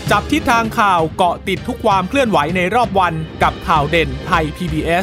จับทิศทางข่าวเกาะติดทุกความเคลื่อนไหวในรอบวันกับข่าวเด่นไทย PBS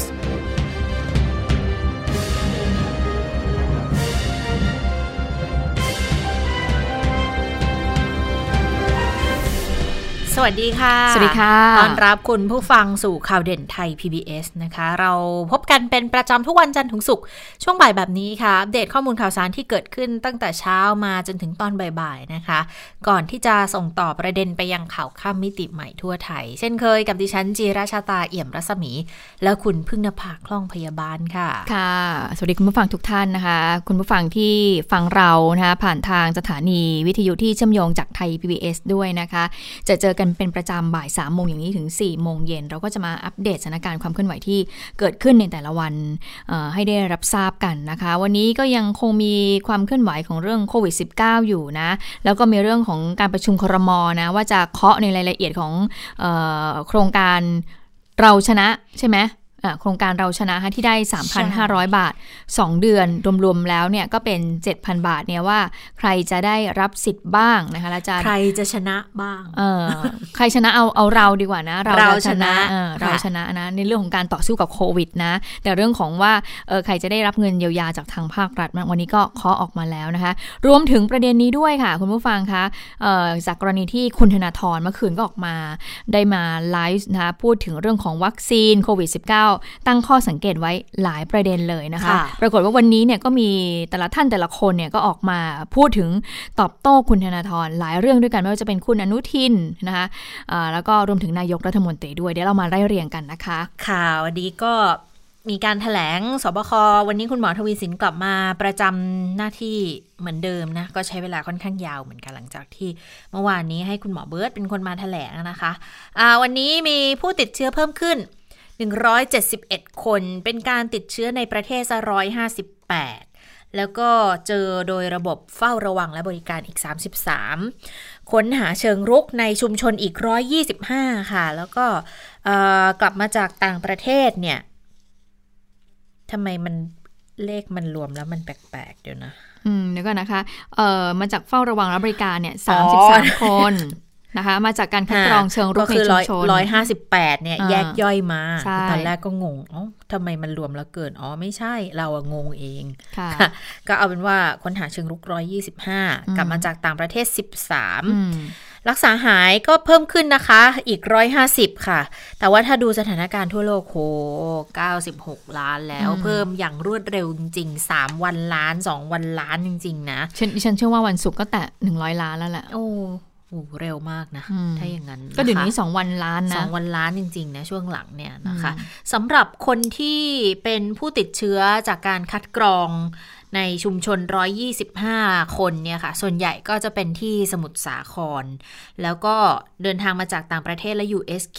สวัสดีค่ะสวัสดีค่ะต้อนรับคุณผู้ฟังสู่ข่าวเด่นไทย PBS นะคะเราพบกันเป็นประจำทุกวันจันทร์ถึงศุกร์ช่วงบ่ายแบบนี้ค่ะอัปเดตข้อมูลข่าวสารที่เกิดขึ้นตั้งแต่เช้ามาจนถึงตอนบ่ายๆนะคะก่อนที่จะส่งต่อประเด็นไปยังข่าวข้ามมิติใหม่ทั่วไทยเช่นเคยกับดิฉันจีราชาตาเอี่ยมรัศมีและคุณพึ่งนภาคล่องพยาบาลค่ะค่ะสวัสดีคุณผู้ฟังทุกท่านนะคะคุณผู้ฟังที่ฟังเรานะคะผ่านทางสถานีวิทยุที่เชื่อมโยงจากไทย PBS ด้วยนะคะจะเจอกันเป็นประจำบ่าย 3 โมงอย่างนี้ถึง 4 โมงเย็นเราก็จะมาอัปเดตสถานการณ์ความเคลื่อนไหวที่เกิดขึ้นในแต่ละวันให้ได้รับทราบกันนะคะวันนี้ก็ยังคงมีความเคลื่อนไหวของเรื่องโควิด -19 อยู่นะแล้วก็มีเรื่องของการประชุมครม.นะว่าจะเคาะในรายละเอียดของโครงการเราชนะใช่ไหมโครงการเราชนะที่ได้ 3,500 บาท2เดือนรวมๆแล้วเนี่ยก็เป็น 7,000 บาทเนี่ยว่าใครจะได้รับสิทธิ์บ้างนะคะอาจารย์ใครจะชนะบ้างใครชนะเอาเราดีกว่านะเราชนะเราชนะนะในเรื่องของการต่อสู้กับโควิดนะแต่เรื่องของว่าใครจะได้รับเงินเยียวยาจากทางภาครัฐวันนี้ก็เคาะออกมาแล้วนะคะรวมถึงประเด็นนี้ด้วยค่ะคุณผู้ฟังคะจากกรณีที่คุณธนาธรเมื่อคืนก็ออกมาได้มาไลฟ์นะคะพูดถึงเรื่องของวัคซีนโควิด -19ตั้งข้อสังเกตไว้หลายประเด็นเลยนะคะปรากฏว่าวันนี้เนี่ยก็มีแต่ละท่านแต่ละคนเนี่ยก็ออกมาพูดถึงตอบโต้คุณธนาธรหลายเรื่องด้วยกันไม่ว่าจะเป็นคุณอนุทินนะคะแล้วก็รวมถึงนายกรัฐมนตรีด้วยเดี๋ยวเรามาไล่เรียงกันนะคะค่ะวันนี้ก็มีการแถลงสบควันนี้คุณหมอทวีสินกลับมาประจำหน้าที่เหมือนเดิมนะก็ใช้เวลาค่อนข้างยาวเหมือนกันหลังจากที่เมื่อวานนี้ให้คุณหมอเบิร์ตเป็นคนมาแถลงนะคะวันนี้มีผู้ติดเชื้อเพิ่มขึ้น171 คนเป็นการติดเชื้อในประเทศ158แล้วก็เจอโดยระบบเฝ้าระวังและบริการอีก33ค้นหาเชิงรุกในชุมชนอีก125ค่ะแล้วก็กลับมาจากต่างประเทศเนี่ยทำไมมันเลขมันรวมแล้วมันแปลกๆเดี๋ยวนะเดี๋ยวก่อนนะคะมาจากเฝ้าระวังและบริการเนี่ย33 คนนะคะมาจากการคัดกรองเชิงรุกในชุมชน 158เนี่ยแยกย่อยมาตอนแรกก็งงทำไมมันรวมแล้วเกินไม่ใช่เรางงเองก็เอาเป็นว่าค้นหาเชิงรุก125กลับมาจากต่างประเทศ13รักษาหายก็เพิ่มขึ้นนะคะอีก150ค่ะแต่ว่าถ้าดูสถานการณ์ทั่วโลก96 ล้านแล้วเพิ่มอย่างรวดเร็วจริงๆ3วันล้าน2วันล้านจริงๆนะฉันเชื่อว่าวันศุกร์ก็แตะ100 ล้านแล้วแหละเร็วมากนะถ้าอย่างนั้นก็เดี๋ยวนี้2วันล้านนะ 2วันล้านจริงๆนะช่วงหลังเนี่ยนะคะสำหรับคนที่เป็นผู้ติดเชื้อจากการคัดกรองในชุมชน125คนเนี่ยค่ะส่วนใหญ่ก็จะเป็นที่สมุทรสาครแล้วก็เดินทางมาจากต่างประเทศและอยู่ SQ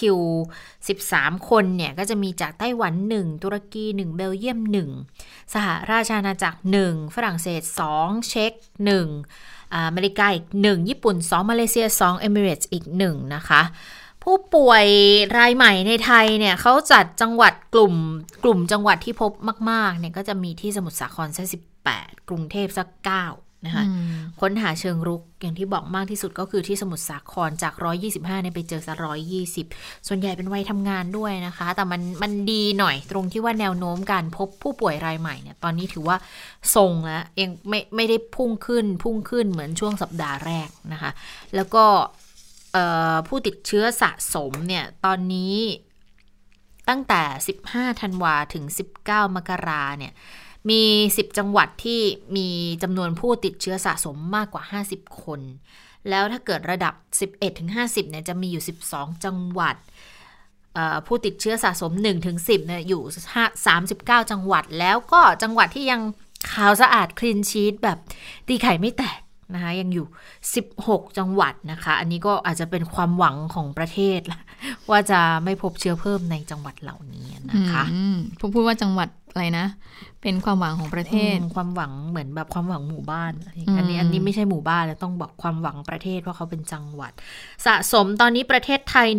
13คนเนี่ยก็จะมีจากไต้หวัน1ตุรกี1เบลเยียม1สหราชอาณาจักร1ฝรั่งเศส2เช็ก1อเมริกาอีก1ญี่ปุ่น2มาเลเซีย2เอมิเรตส์อีก1นะคะผู้ป่วยรายใหม่ในไทยเนี่ยเขาจัดจังหวัดกลุ่มจังหวัดที่พบมากๆเนี่ยก็จะมีที่สมุทรสาครสัก18กรุงเทพสัก9นะคะค้นหาเชิงรุกอย่างที่บอกมากที่สุดก็คือที่สมุทรสาครจาก125เนี่ยไปเจอสัก120ส่วนใหญ่เป็นวัยทำงานด้วยนะคะแต่มันดีหน่อยตรงที่ว่าแนวโน้มการพบผู้ป่วยรายใหม่เนี่ยตอนนี้ถือว่าทรงแล้วยังไม่ได้พุ่งขึ้นเหมือนช่วงสัปดาห์แรกนะคะแล้วก็ผู้ติดเชื้อสะสมเนี่ยตอนนี้ตั้งแต่15ธันวาถึง19มกราเนี่ยมี10จังหวัดที่มีจำนวนผู้ติดเชื้อสะสมมากกว่า50คนแล้วถ้าเกิดระดับ 11-50 เนี่ยจะมีอยู่12จังหวัดผู้ติดเชื้อสะสม 1-10 เนี่ยอยู่39จังหวัดแล้วก็จังหวัดที่ยังขาวสะอาดคลีนชีทแบบตีไข่ไม่แตกนะคะยังอยู่16จังหวัดนะคะอันนี้ก็อาจจะเป็นความหวังของประเทศว่าจะไม่พบเชื้อเพิ่มในจังหวัดเหล่านี้นะคะพูดว่าจังหวัดอะไรนะเป็นความหวังของประเทศความหวังเหมือนแบบความหวังหมู่บ้านอันนี้ไม่ใช่หมู่บ้านแล้วต้องบอกความหวังประเทศเพราะเขาเป็นจังหวัดสะสมตอนนี้ประเทศไทย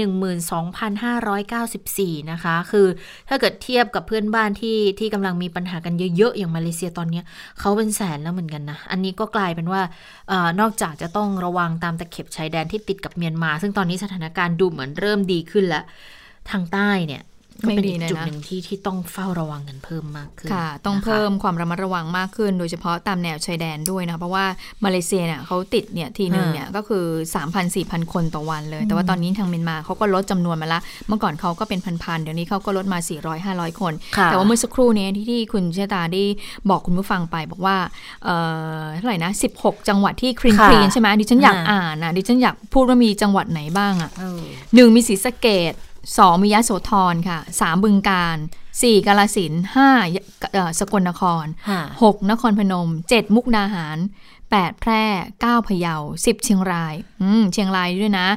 12,594 นะคะคือถ้าเกิดเทียบกับเพื่อนบ้านที่กำลังมีปัญหากันเยอะๆอย่างมาเลเซียตอนนี้เขาเป็นแสนแล้วเหมือนกันนะอันนี้ก็กลายเป็นว่านอกจากจะต้องระวังตามตะเข็บชายแดนที่ติดกับเมียนมาซึ่งตอนนี้สถานการณ์ดูเหมือนเริ่มดีขึ้นแล้วทางใต้เนี่ยก็เป็นอีกจุดหนึ่งที่ต้องเฝ้าระวังกันเพิ่มมากขึ้นค่ะต้องเพิ่มความระมัดระวังมากขึ้นโดยเฉพาะตามแนวชายแดนด้วยนะเพราะว่ามาเลเซียเนี่ยเขาติดเนี่ยทีนึงเนี่ยก็คือ 3,000-4,000 คนต่อวันเลยแต่ว่าตอนนี้ทางเมียนมาเขาก็ลดจำนวนมาละเมื่อก่อนเขาก็เป็นพันๆเดี๋ยวนี้เขาก็ลดมา 400-500 คนแต่ว่าเมื่อสักครู่นี้ที่คุณเชษฐาได้บอกคุณผู้ฟังไปบอกว่าเท่าไหร่นะ16จังหวัดที่คลีนใช่ไหมดิฉันอยากอ่านนะดิฉันอยากพูดว่ามีจังหวัดไหนบ้างอ่ะ1มีศรีสะเกษ2มียโสธรค่ะ3บึงกาฬ4กาฬสินธุ์5สกลนคร6นครพนม7มุกดาหาร8แพร่9พะเยา10เชียงรายเชียงรายด้วยนะ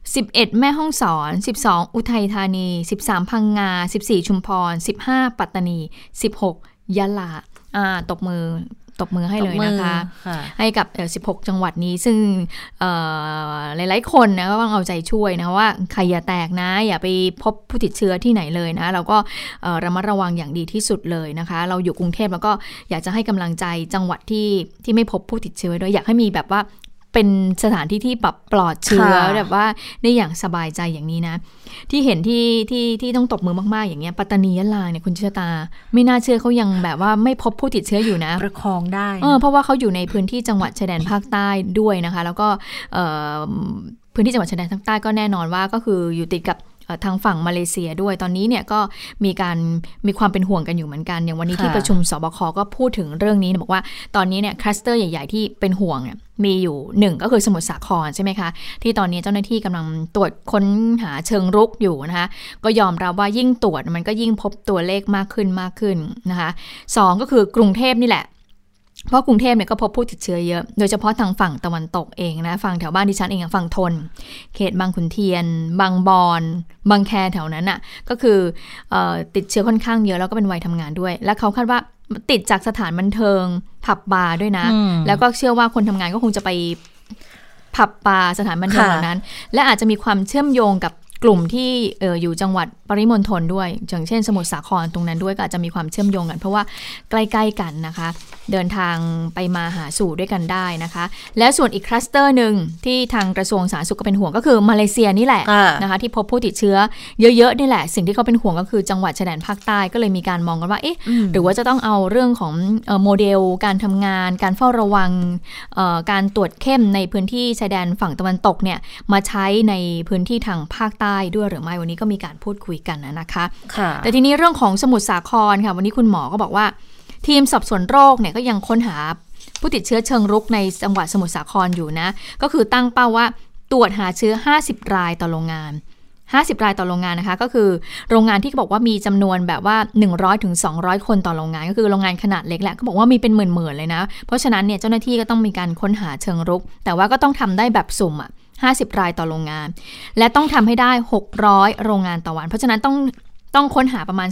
11แม่ฮ่องสอน12อุทัยธานี13พังงา14ชุมพร15ปัตตานี16ยะลาตบมือให้เลยนะคะให้กับ16จังหวัดนี้ซึ่งหลายๆคนนะก็ต้องเอาใจช่วยนะว่าใครอย่าแตกนะอย่าไปพบผู้ติดเชื้อที่ไหนเลยนะเราก็ระมัดระวังอย่างดีที่สุดเลยนะคะเราอยู่กรุงเทพแล้วก็อยากจะให้กำลังใจจังหวัดที่ไม่พบผู้ติดเชื้อด้วยอยากให้มีแบบว่าเป็นสถานที่ที่แบบปลอดเชื้อแบบว่าได้อย่างสบายใจอย่างนี้นะที่เห็นที่ต้องตบมือมากๆอย่างเงี้ยปัตตานียะลาเนี่ยคุณเชษฐาไม่น่าเชื่อเขายังแบบว่าไม่พบผู้ติดเชื้ออยู่นะประคองได้เพราะว่าเขาอยู่ในพื้นที่จังหวัดชายแดนภาคใต้ด้วยนะคะแล้วก็พื้นที่จังหวัดชายแดนภาคใต้ก็แน่นอนว่าก็คืออยู่ติดกับทางฝั่งมาเลเซียด้วยตอนนี้เนี่ยก็มีความเป็นห่วงกันอยู่เหมือนกันอย่างวันนี้ที่ประชุมสบคก็พูดถึงเรื่องนี้บอกว่าตอนนี้เนี่ยคลัสเตอร์ใหญ่ๆที่เป็นห่วงเนี่ยมีอยู่1ก็คือสมุทรสาครใช่ไหมคะที่ตอนนี้เจ้าหน้าที่กำลังตรวจค้นหาเชิงรุกอยู่นะคะก็ยอมรับว่ายิ่งตรวจมันก็ยิ่งพบตัวเลขมากขึ้นนะคะ2ก็คือกรุงเทพนี่แหละเพราะกรุงเทพเนี่ยก็พบผู้ติดเชื้อเยอะโดยเฉพาะทางฝั่งตะวันตกเองนะฝั่งแถวบ้านดิฉันเองฝั่งธนเขตบางขุนเทียนบางบอนบางแคแถวนั้นอ่ะก็คือติดเชื้อค่อนข้างเยอะแล้วก็เป็นวัยทำงานด้วยและเขาคาดว่าติดจากสถานบันเทิงผับบาร์ด้วยนะแล้วก็เชื่อว่าคนทำงานก็คงจะไปผับบาร์สถานบันเทิงเหล่านั้นและอาจจะมีความเชื่อมโยงกับกลุ่มที่อยู่จังหวัดปริมณฑลด้วยอย่างเช่นสมุทรสาครตรงนั้นด้วยก็อาจจะมีความเชื่อมโยงกันเพราะว่าใกล้ๆกันนะคะเดินทางไปมาหาสู่ด้วยกันได้นะคะและส่วนอีกคลัสเตอร์นึงที่ทางกระทรวงสาธารณสุขก็เป็นห่วงก็คือมาเลเซียนี่แหละนะคะที่พบผู้ติดเชื้อเยอะๆนี่แหละสิ่งที่เขาเป็นห่วงก็คือจังหวัดชายแดนภาคใต้ก็เลยมีการมองกันว่าหรือว่าจะต้องเอาเรื่องของโมเดลการทำงานการเฝ้าระวังการตรวจเข้มในพื้นที่ชายแดนฝั่งตะวันตกเนี่ยมาใช้ในพื้นที่ทางภาคใต้ด้วยหรือไม่วันนี้ก็มีการพูดคุยกันนะคะแต่ทีนี้เรื่องของสมุทรสาครค่ะวันนี้คุณหมอก็บอกว่าทีมสอบสวนโรคเนี่ยก็ยังค้นหาผู้ติดเชื้อเชิงรุกในจังหวัดสมุทรสาครอยู่นะก็คือตั้งเป้าว่าตรวจหาเชื้อ50รายต่อโรงงาน50รายต่อโรงงานนะคะก็คือโรงงานที่บอกว่ามีจำนวนแบบว่า100ถึง200คนต่อโรงงานก็คือโรงงานขนาดเล็กแหละก็บอกว่ามีเป็นหมื่นๆเลยนะเพราะฉะนั้นเนี่ยเจ้าหน้าที่ก็ต้องมีการค้นหาเชิงรุกแต่ว่าก็ต้องทำได้แบบสุ่ม50รายต่อโรงงานและต้องทำให้ได้600โรงงานต่อวันเพราะฉะนั้นต้องค้นหาประมาณ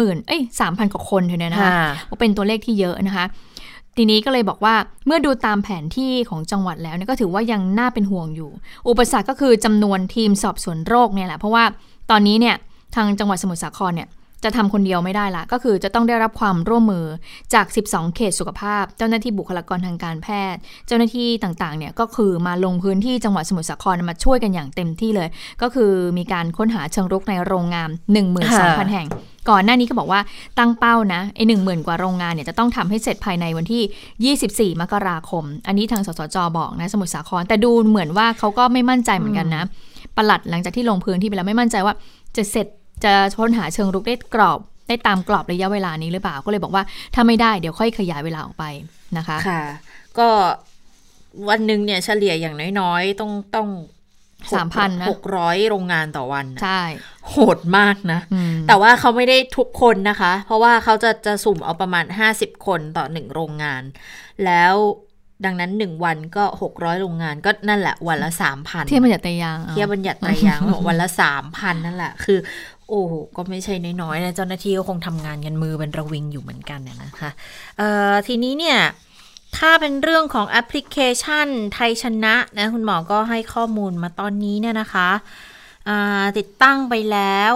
3,000 กว่าคนเท่านั้นนะคะเป็นตัวเลขที่เยอะนะคะทีนี้ก็เลยบอกว่าเมื่อดูตามแผนที่ของจังหวัดแล้วเนี่ยก็ถือว่ายังน่าเป็นห่วงอยู่อุปสรรคก็คือจำนวนทีมสอบสวนโรคเนี่ยแหละเพราะว่าตอนนี้เนี่ยทางจังหวัดสมุทรสาครเนี่ยจะทำคนเดียวไม่ได้ละก็คือจะต้องได้รับความร่วมมือจาก12เขตสุขภาพเจ้าหน้าที่บุคลากรทางการแพทย์เจ้าหน้าที่ต่างๆเนี่ยก็คือมาลงพื้นที่จังหวัดสมุทรสาครมาช่วยกันอย่างเต็มที่เลยก็คือมีการค้นหาเชิงรุกในโรงงาน 12,000 แห่งก่อนหน้านี้ก็บอกว่าตั้งเป้านะ10,000 กว่าโรงงานเนี่ยจะต้องทำให้เสร็จภายในวันที่24มกราคมอันนี้ทางสสจ.บอกนะสมุทรสาครแต่ดูเหมือนว่าเขาก็ไม่มั่นใจเหมือนกันนะปลัดหลังจากที่ลงพื้นที่ไปแล้วไม่มั่นใจว่าจะค้นหาเชิงรุกได้ตามกรอบระยะเวลานี้หรือเปล่าก็เลยบอกว่าถ้าไม่ได้เดี๋ยวค่อยขยายเวลาออกไปนะคะค่ะก็วันนึงเนี่ยเฉลี่ยอย่างน้อยๆต้อง 3,000 นะ600โรงงานต่อวันใช่โหดมากนะแต่ว่าเขาไม่ได้ทุกคนนะคะเพราะว่าเขาจะสุ่มเอาประมาณ50คนต่อ1โรงงานแล้วดังนั้น1วันก็600โรงงานก็นั่นแหละวันละ 3,000 เทียบบัญญัติไตรยางวันละ 3,000 นั่นแหละคือโอ้ก็ไม่ใช่น้อยๆนะเจ้าหน้าที่ก็คงทำงานกันมือเป็นระวิงอยู่เหมือนกันนะคะทีนี้เนี่ยถ้าเป็นเรื่องของแอปพลิเคชันไทยชนะนะคุณหมอก็ให้ข้อมูลมาตอนนี้เนี่ยนะคะติดตั้งไปแล้ว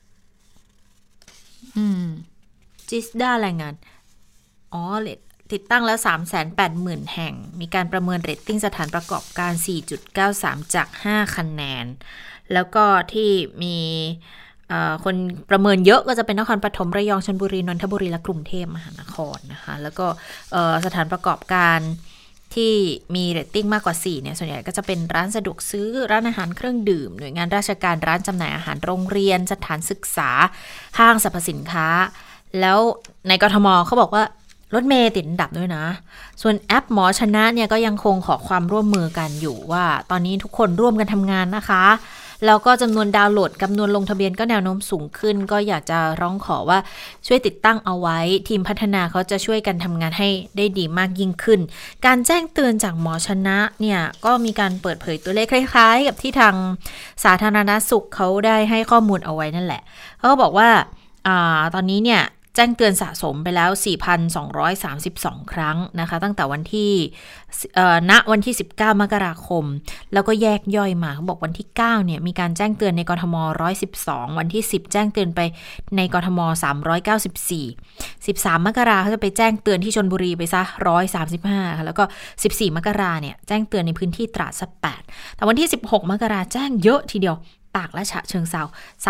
จิสด้าแรงงานติดตั้งแล้ว 380,000 แห่งมีการประเมินเรตติ้งสถานประกอบการ 4.93 จาก 5 คะแนนแล้วก็ที่มีคนประเมินเยอะก็จะเป็นนครปฐมระยองชลบุรีนนทบุรีและกรุงเทพมหานครนะคะแล้วก็สถานประกอบการที่มีเรตติ้งมากกว่า4เนี่ยส่วนใหญ่ก็จะเป็นร้านสะดวกซื้อร้านอาหารเครื่องดื่มหน่วยงานราชการร้านจำหน่ายอาหารโรงเรียนสถานศึกษาห้างสรรพสินค้าแล้วในกทมเขาบอกว่ารถเมล์ติดอันดับด้วยนะส่วนแอปหมอชนะเนี่ยก็ยังคงขอความร่วมมือกันอยู่ว่าตอนนี้ทุกคนร่วมกันทำงานนะคะแล้วก็จำนวนดาวน์โหลดจำนวนลงทะเบียนก็แนวโน้มสูงขึ้นก็อยากจะร้องขอว่าช่วยติดตั้งเอาไว้ทีมพัฒนาเขาจะช่วยกันทำงานให้ได้ดีมากยิ่งขึ้นการแจ้งเตือนจากหมอชนะเนี่ยก็มีการเปิดเผยตัวเลขคล้ายๆกับที่ทางสาธารณสุขเขาได้ให้ข้อมูลเอาไว้นั่นแหละเขาก็บอกว่าตอนนี้เนี่ยแจ้งเตือนสะสมไปแล้ว 4,232 ครั้งนะคะตั้งแต่วันที่ณวันที่19มกราคมแล้วก็แยกย่อยมาเขาบอกวันที่9เนี่ยมีการแจ้งเตือนในกทม112วันที่10แจ้งเตือนไปในกทม394 13มกราเขาจะไปแจ้งเตือนที่ชลบุรีไปซะ135ค่ะแล้วก็14มกราเนี่ยแจ้งเตือนในพื้นที่ตราดสัก8แต่วันที่16มกราแจ้งเยอะทีเดียวตากและฉะเชิงเทรา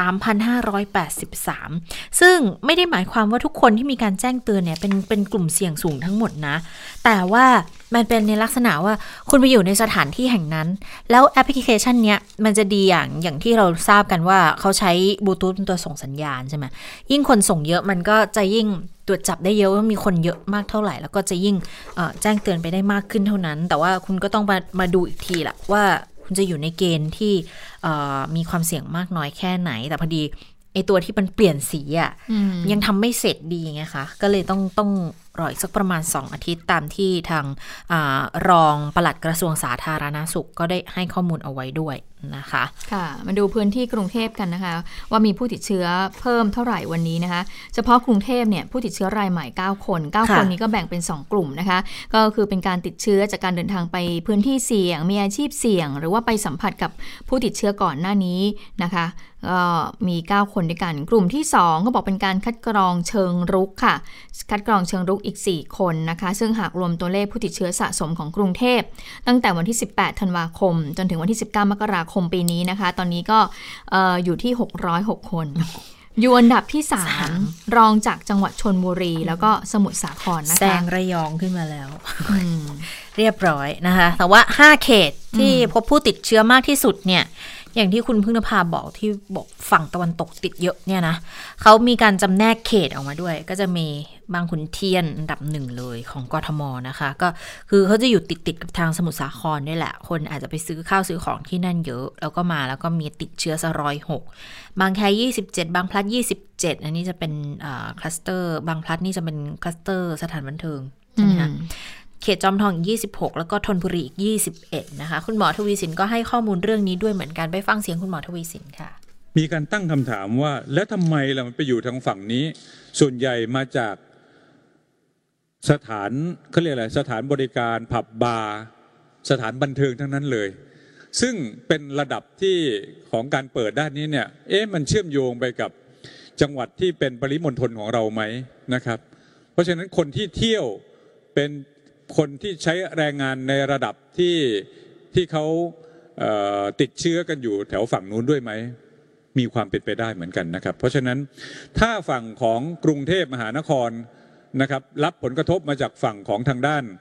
3,583 ซึ่งไม่ได้หมายความว่าทุกคนที่มีการแจ้งเตือนเนี่ยเป็นกลุ่มเสี่ยงสูงทั้งหมดนะแต่ว่ามันเป็นในลักษณะว่าคุณไปอยู่ในสถานที่แห่งนั้นแล้วแอปพลิเคชันเนี้ยมันจะดีอย่างที่เราทราบกันว่าเขาใช้บลูทูธเป็นตัวส่งสัญญาณใช่ไหมยิ่งคนส่งเยอะมันก็จะยิ่งตรวจจับได้เยอะว่ามีคนเยอะมากเท่าไหร่แล้วก็จะยิ่งแจ้งเตือนไปได้มากขึ้นเท่านั้นแต่ว่าคุณก็ต้องมาดูอีกทีละว่าคุณจะอยู่ในเกณฑ์ที่มีความเสี่ยงมากน้อยแค่ไหนแต่พอดีไอตัวที่มันเปลี่ยนสีอ่ะยังทำไม่เสร็จดีไงคะก็เลยต้องรออีกสักประมาณ2อาทิตย์ตามที่ทางรองปลัดกระทรวงสาธารณสุขก็ได้ให้ข้อมูลเอาไว้ด้วยนะคะค่ะมาดูพื้นที่กรุงเทพกันนะคะว่ามีผู้ติดเชื้อเพิ่มเท่าไหร่วันนี้นะคะเฉพาะกรุงเทพเนี่ยผู้ติดเชื้อรายใหม่9 คนนี้ก็แบ่งเป็น2กลุ่มนะคะก็คือเป็นการติดเชื้อจากการเดินทางไปพื้นที่เสี่ยงมีอาชีพเสี่ยงหรือว่าไปสัมผัสกับผู้ติดเชื้อก่อนหน้านี้นะคะก็มี9คนด้วยกันกลุ่มที่2ก็บอกเป็นการคัดกรองเชิงรุกค่ะคัดกรองเชิงรุกอีก4คนนะคะซึ่งหากรวมตัวเลขผู้ติดเชื้อสะสมของกรุงเทพตั้งแต่วันที่18ธันวาคมจนถึงวันที่19มกราคมปีนี้นะคะตอนนี้ก็อยู่ที่606คนอยู่อันดับที่3รองจากจังหวัดชลบุรีแล้วก็สมุทรสาครนะคะแซงระยองขึ้นมาแล้วเรียบร้อยนะคะแต่ว่า5เขตที่พบผู้ติดเชื้อมากที่สุดเนี่ยอย่างที่คุณพึ่งนภาบอกที่บอกฝั่งตะวันตกติดเยอะเนี่ยนะเขามีการจำแนกเขตออกมาด้วยก็จะมีบางขุนเทียนอันดับ1เลยของกทมนะคะก็คือเขาจะอยู่ติดกับทางสมุทรสาครนี่แหละคนอาจจะไปซื้อข้าวซื้อของที่นั่นเยอะแล้วก็มีติดเชื้อ106บางแค27บางพลัด27อันนี้จะเป็นคลัสเตอร์บางพลัดนี่จะเป็นคลัสเตอร์สถานบันเทิงใช่ไหมคะเขตจอมทองอีก26แล้วก็ธนบุรีอีก21นะคะคุณหมอทวีสินก็ให้ข้อมูลเรื่องนี้ด้วยเหมือนกันไปฟังเสียงคุณหมอทวีสินค่ะมีการตั้งคำถามว่าแล้วทำไมล่ะมันไปอยู่ทางฝั่งนี้ส่วนใหญ่มาจากสถานเขาเรียกอะไรสถานบริการผับบาร์สถานบันเทิงทั้งนั้นเลยซึ่งเป็นระดับที่ของการเปิดด้านนี้เนี่ยมันเชื่อมโยงไปกับจังหวัดที่เป็นปริมณฑลของเราไหมนะครับเพราะฉะนั้นคนที่เที่ยวเป็นคนที่ใช้แรงงานในระดับที่เขาติดเชื้อกันอยู่แถวฝั่งนู้นด้วยไหมมีความเป็นไปได้เหมือนกันนะครับเพราะฉะนั้นถ้าฝั่งของกรุงเทพมหานครนะครับรับผลกระทบมาจากฝั่งของทางด้าน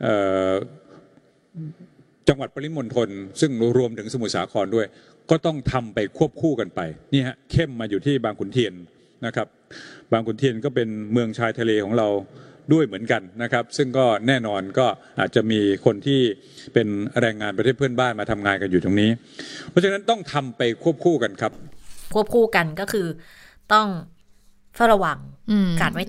จังหวัดปริมณฑลซึ่งรวมถึงสมุทรสาครด้วยก็ต้องทำไปควบคู่กันไปนี่ฮะเข้มมาอยู่ที่บางขุนเทียนนะครับบางขุนเทียนก็เป็นเมืองชายทะเลของเราด้วยเหมือนกันนะครับซึ่งก็แน่นอนก็อาจจะมีคนที่เป็นแรงงานประเทศเพื่อนบ้านมาทำงานกันอยู่ตรงนี้เพราะฉะนั้นต้องทำไปควบคู่กันครับควบคู่กันก็คือต้องเฝ้าระวังกาดไม่ตก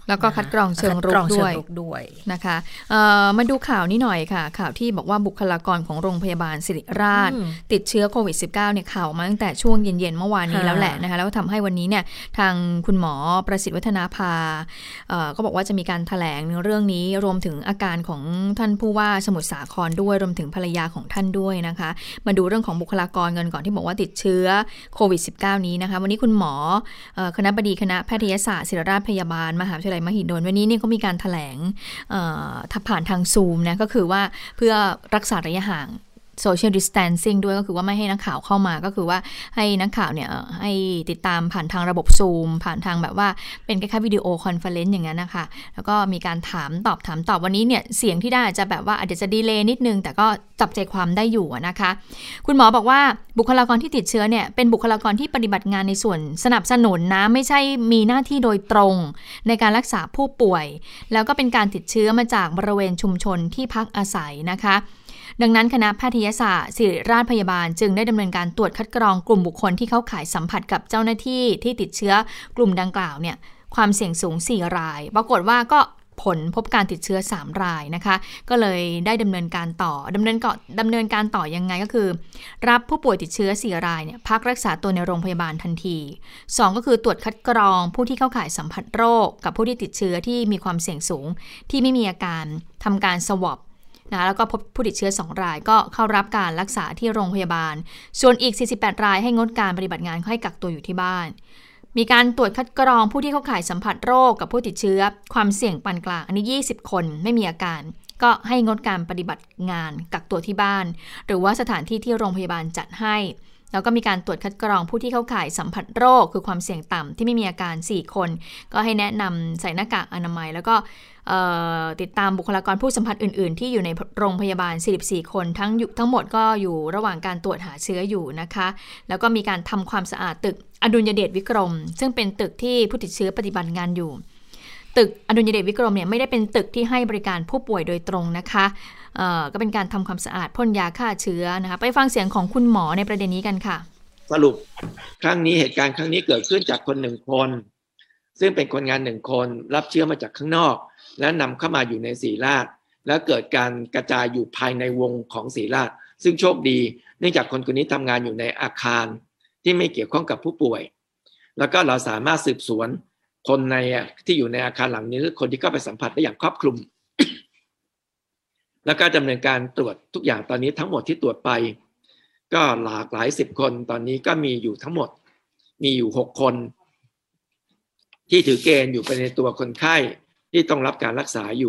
แล้วก็คัดกรองเชิงรุกด้วยนะคะมาดูข่าวนี้หน่อยค่ะข่าวที่บอกว่าบุคลากรของโรงพยาบาลศิริราชติดเชื้อโควิด -19 เนี่ยข่าวมาตั้งแต่ช่วงเย็นๆเมื่อวานนี้แล้วแหละนะคะแล้วก็ทำให้วันนี้เนี่ยทางคุณหมอประสิทธิ์วัฒนาภาก็บอกว่าจะมีการแถลงเรื่องนี้รวมถึงอาการของท่านผู้ว่าสมุทรสาครด้วยรวมถึงภรรยาของท่านด้วยนะคะมาดูเรื่องของบุคลากรกันก่อนที่บอกว่าติดเชื้อโควิด -19 นี้นะคะวันนี้คุณหมอคณบดีคณะแพทยศาสตร์ศิริราชพยาบาลมหาวิทยาลัยมหิดลวันนี้เนี่ยก็มีการแถลงผ่านทางซูมนะก็คือว่าเพื่อรักษาระยะห่าง social distancing ด้วยก็คือว่าไม่ให้นักข่าวเข้ามาก็คือว่าให้นักข่าวเนี่ยให้ติดตามผ่านทางระบบซูมผ่านทางแบบว่าเป็นคล้ายๆวิดีโอคอนเฟอเรนซ์อย่างนั้นนะคะแล้วก็มีการถามตอบวันนี้เนี่ยเสียงที่ได้อาจจะแบบว่าอาจจะดีเลย์นิดนึงแต่ก็จับใจความได้อยู่นะคะคุณหมอบอกว่าบุคลากรที่ติดเชื้อเนี่ยเป็นบุคลากรที่ปฏิบัติงานในส่วนสนับสนุนนะไม่ใช่มีหน้าที่โดยตรงในการรักษาผู้ป่วยแล้วก็เป็นการติดเชื้อมาจากบริเวณชุมชนที่พักอาศัยนะคะดังนั้นคณะแพทยศาสตร์ศิริราชพยาบาลจึงได้ดำเนินการตรวจคัดกรองกลุ่มบุคคลที่เข้าข่ายสัมผัสกับเจ้าหน้าที่ที่ติดเชื้อกลุ่มดังกล่าวเนี่ยความเสี่ยงสูง4รายปรากฏว่าก็ผลพบการติดเชื้อ3รายนะคะก็เลยได้ดำเนินการต่อดำเนินการต่อยังไงก็คือรับผู้ป่วยติดเชื้อ4รายเนี่ยพักรักษาตัวในโรงพยาบาลทันที2ก็คือตรวจคัดกรองผู้ที่เข้าข่ายสัมผัสโรคกับผู้ที่ติดเชื้อที่มีความเสี่ยงสูงที่ไม่มีอาการทำการสวอปนะแล้วก็พบผู้ติดเชื้อ2รายก็เข้ารับการรักษาที่โรงพยาบาลส่วนอีก48รายให้งดการปฏิบัติงานให้กักตัวอยู่ที่บ้านมีการตรวจคัดกรองผู้ที่เข้าข่ายสัมผัสโรคกับผู้ติดเชื้อความเสี่ยงปานกลางอันนี้20คนไม่มีอาการก็ให้งดการปฏิบัติงานกักตัวที่บ้านหรือว่าสถานที่ที่โรงพยาบาลจัดให้แล้วก็มีการตรวจคัดกรองผู้ที่เข้าข่ายสัมผัสโรคคือความเสี่ยงต่ำที่ไม่มีอาการ4คนก็ให้แนะนำใส่หน้ากากอนามัยแล้วก็ติดตามบุคลากรผู้สัมผัสอื่นๆที่อยู่ในโรงพยาบาล44คนทั้งหมดก็อยู่ระหว่างการตรวจหาเชื้ออยู่นะคะแล้วก็มีการทำความสะอาดตึกอดุลยเดชวิกรมซึ่งเป็นตึกที่ผู้ติดเชื้อปฏิบัติงานอยู่ตึกอดุลยเดชวิกรมเนี่ยไม่ได้เป็นตึกที่ให้บริการผู้ป่วยโดยตรงนะคะก็เป็นการทำความสะอาดพ่นยาฆ่าเชื้อนะคะไปฟังเสียงของคุณหมอในประเด็นนี้กันค่ะสรุปเหตุการณ์ครั้งนี้เกิดขึ้นจากคน1คนซึ่งเป็นคนงาน1คนรับเชื้อมาจากข้างนอกและนำเข้ามาอยู่ในศิริราชแล้วเกิดการกระจายอยู่ภายในวงของศิริราชซึ่งโชคดีเนื่องจากคนนี้ทำงานอยู่ในอาคารที่ไม่เกี่ยวข้องกับผู้ป่วยแล้วก็เราสามารถสืบสวนคนในที่อยู่ในอาคารหลังนี้หรือคนที่เข้าไปสัมผัสได้อย่างครอบคลุม แล้วก็ดำเนินการตรวจทุกอย่างตอนนี้ทั้งหมดที่ตรวจไปก็หลากหลาย10คนตอนนี้ก็มีอยู่ทั้งหมดมีอยู่6คนที่ถือเกณฑ์อยู่ไปในตัวคนไข้ที่ต้องรับการรักษาอยู่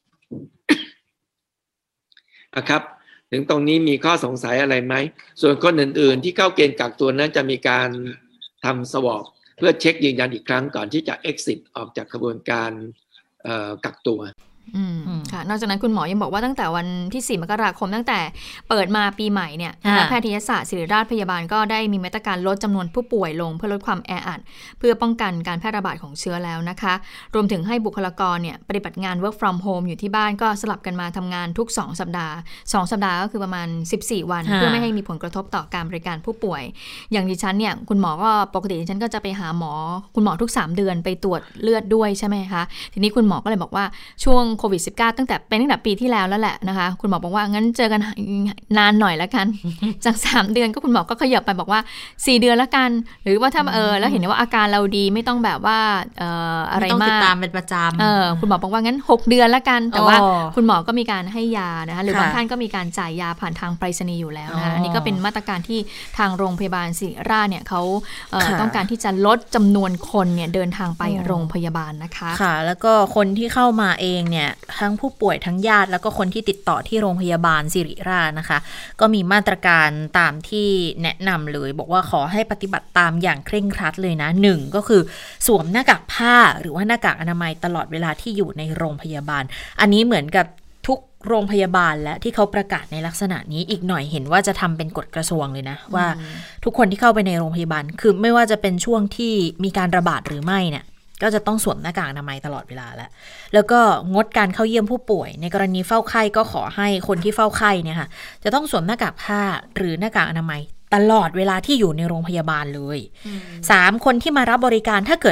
นะครับถึงตรงนี้มีข้อสงสัยอะไรไหมส่วนคนอื่นๆที่เข้าเกณฑ์กักตัวนั้นจะมีการทำสวอปเพื่อเช็คยืนยันอีกครั้งก่อนที่จะ exit ออกจากกระบวนการกักตัวค่ะนอกจากนั้นคุณหมอยังบอกว่าตั้งแต่วันที่4 มกราคมตั้งแต่เปิดมาปีใหม่เนี่ยคณะแพทยศาสตร์ศิริราชพยาบาลก็ได้มีมาตรการลดจำนวนผู้ป่วยลงเพื่อลดความแออัดเพื่อป้องกันการแพร่ระบาดของเชื้อแล้วนะคะรวมถึงให้บุคลากรเนี่ยปฏิบัติงาน work from home อยู่ที่บ้านก็สลับกันมาทำงานทุก2 สัปดาห์2 สัปดาห์ก็คือประมาณ14 วันเพื่อไม่ให้มีผลกระทบต่อการบริการผู้ป่วยอย่างดิฉันเนี่ยคุณหมอก็ปกติดิฉันก็จะไปหาหมอคุณหมอทุก3 เดือนไปตรวจเลือดด้วยใช่ไหมคะทีนี้คุณหมอก็เลยบอกว่าช่วงโควิด -19 ตั้งแต่ปีที่แล้วแหละนะคะคุณหมอบอกว่างั้นเจอกันนานหน่อยแล้วกันจาก3 เดือนก็คุณหมอก็ขยับไปบอกว่า4 เดือนแล้วกันหรือว่าถ้าแล้วเห็นว่าอาการเราดีไม่ต้องแบบว่าอะไรมากต้องติดตามเป็นประจำคุณหมอบอกว่างั้น6 เดือนแล้วกันแต่ว่าคุณหมอก็มีการให้ยานะคะหรือบางท่านก็มีการจ่ายยาผ่านทางไปรษณีย์อยู่แล้วนะคะอันนี้ก็เป็นมาตรการที่ทางโรงพยาบาลศิริราชเนี่ยเขาต้องการที่จะลดจำนวนคนเนี่ยเดินทางไปโรงพยาบาลนะคะค่ะแล้วก็คนที่เข้ามาเองเนี่ยทั้งผู้ป่วยทั้งญาติแล้วก็คนที่ติดต่อที่โรงพยาบาลศิริราชนะคะก็มีมาตรการตามที่แนะนำเลยบอกว่าขอให้ปฏิบัติตามอย่างเคร่งครัดเลยนะ1ก็คือสวมหน้ากากผ้าหรือว่าหน้ากากอนามัยตลอดเวลาที่อยู่ในโรงพยาบาลอันนี้เหมือนกับทุกโรงพยาบาลและที่เขาประกาศในลักษณะนี้อีกหน่อยเห็นว่าจะทำเป็นกฎกระทรวงเลยนะว่าทุกคนที่เข้าไปในโรงพยาบาลคือไม่ว่าจะเป็นช่วงที่มีการระบาดหรือไม่เนี่ยก็จะต้องสวมหน้ากากอนามัยตลอดเวลาแล้วก็งดการเข้าเยี่ยมผู้ป่วยในกรณีเฝ้าไข้ก็ขอให้คนที่เฝ้าไข้เนี่ยค่ะจะต้องสวมหน้ากากผ้าหรือหน้ากากอนามัยตลอดเวลาที่อยู่ในโรงพยาบาลเลย3คนที่มารับบริการถ้าเกิด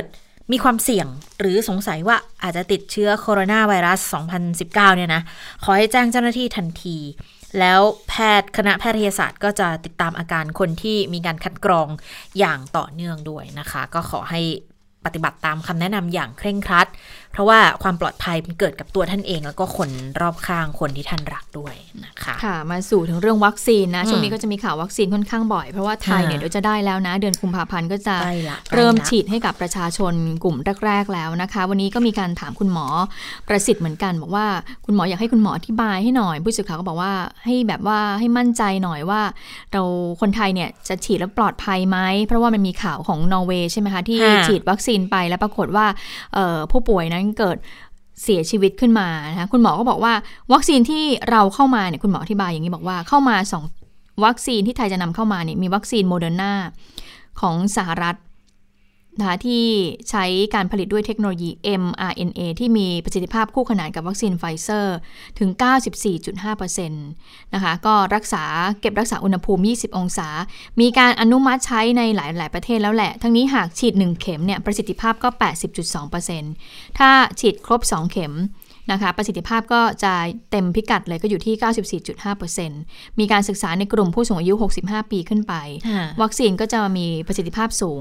มีความเสี่ยงหรือสงสัยว่าอาจจะติดเชื้อโคโรนาไวรัส 2019 เนี่ยนะขอให้แจ้งเจ้าหน้าที่ทันทีแล้วคณะแพทยศาสตร์ก็จะติดตามอาการคนที่มีการคัดกรองอย่างต่อเนื่องด้วยนะคะก็ขอให้ปฏิบัติตามคำแนะนำอย่างเคร่งครัดเพราะว่าความปลอดภัยมันเกิดกับตัวท่านเองแล้วก็คนรอบข้างคนที่ท่านรักด้วยนะคะค่ะมาสู่ถึงเรื่องวัคซีนนะช่วงนี้ก็จะมีข่าววัคซีนค่อนข้างบ่อยเพราะว่าไทยเนี่ยเดี๋ยวจะได้แล้วนะเดือนกุมภาพันธ์ก็จะเริ่มฉีดให้กับประชาชนกลุ่มแรกๆแล้วนะคะวันนี้ก็มีการถามคุณหมอประสิทธิ์เหมือนกันบอกว่าคุณหมออยากให้คุณหมออธิบายให้หน่อยผู้สื่อข่าวก็บอกว่าให้มั่นใจหน่อยว่าเราคนไทยเนี่ยจะฉีดแล้วปลอดภัยไหมเพราะว่ามันมีข่าวของนอร์เวย์ใช่ไหมคะที่ฉีดวัคซีนไปแล้วปรากฏว่าผู้ป่วยนั้นเกิดเสียชีวิตขึ้นมานะคะคุณหมอก็บอกว่าวัคซีนที่เราเข้ามาเนี่ยคุณหมออธิบายอย่างนี้บอกว่าเข้ามา2วัคซีนที่ไทยจะนำเข้ามาเนี่ยมีวัคซีนโมเดอร์นาของสหรัฐนะคะที่ใช้การผลิตด้วยเทคโนโลยี mRNA ที่มีประสิทธิภาพคู่ขนานกับวัคซีนไฟเซอร์ถึง 94.5% นะคะก็เก็บรักษาอุณหภูมิ20องศามีการอนุมัติใช้ในหลายประเทศแล้วแหละทั้งนี้หากฉีด1เข็มเนี่ยประสิทธิภาพก็ 80.2% ถ้าฉีดครบ2เข็มนะคะประสิทธิภาพก็จะเต็มพิกัดเลยก็อยู่ที่ 94.5% มีการศึกษาในกลุ่มผู้สูงอายุ65ปีขึ้นไปวัคซีนก็จะมีประสิทธิภาพสูง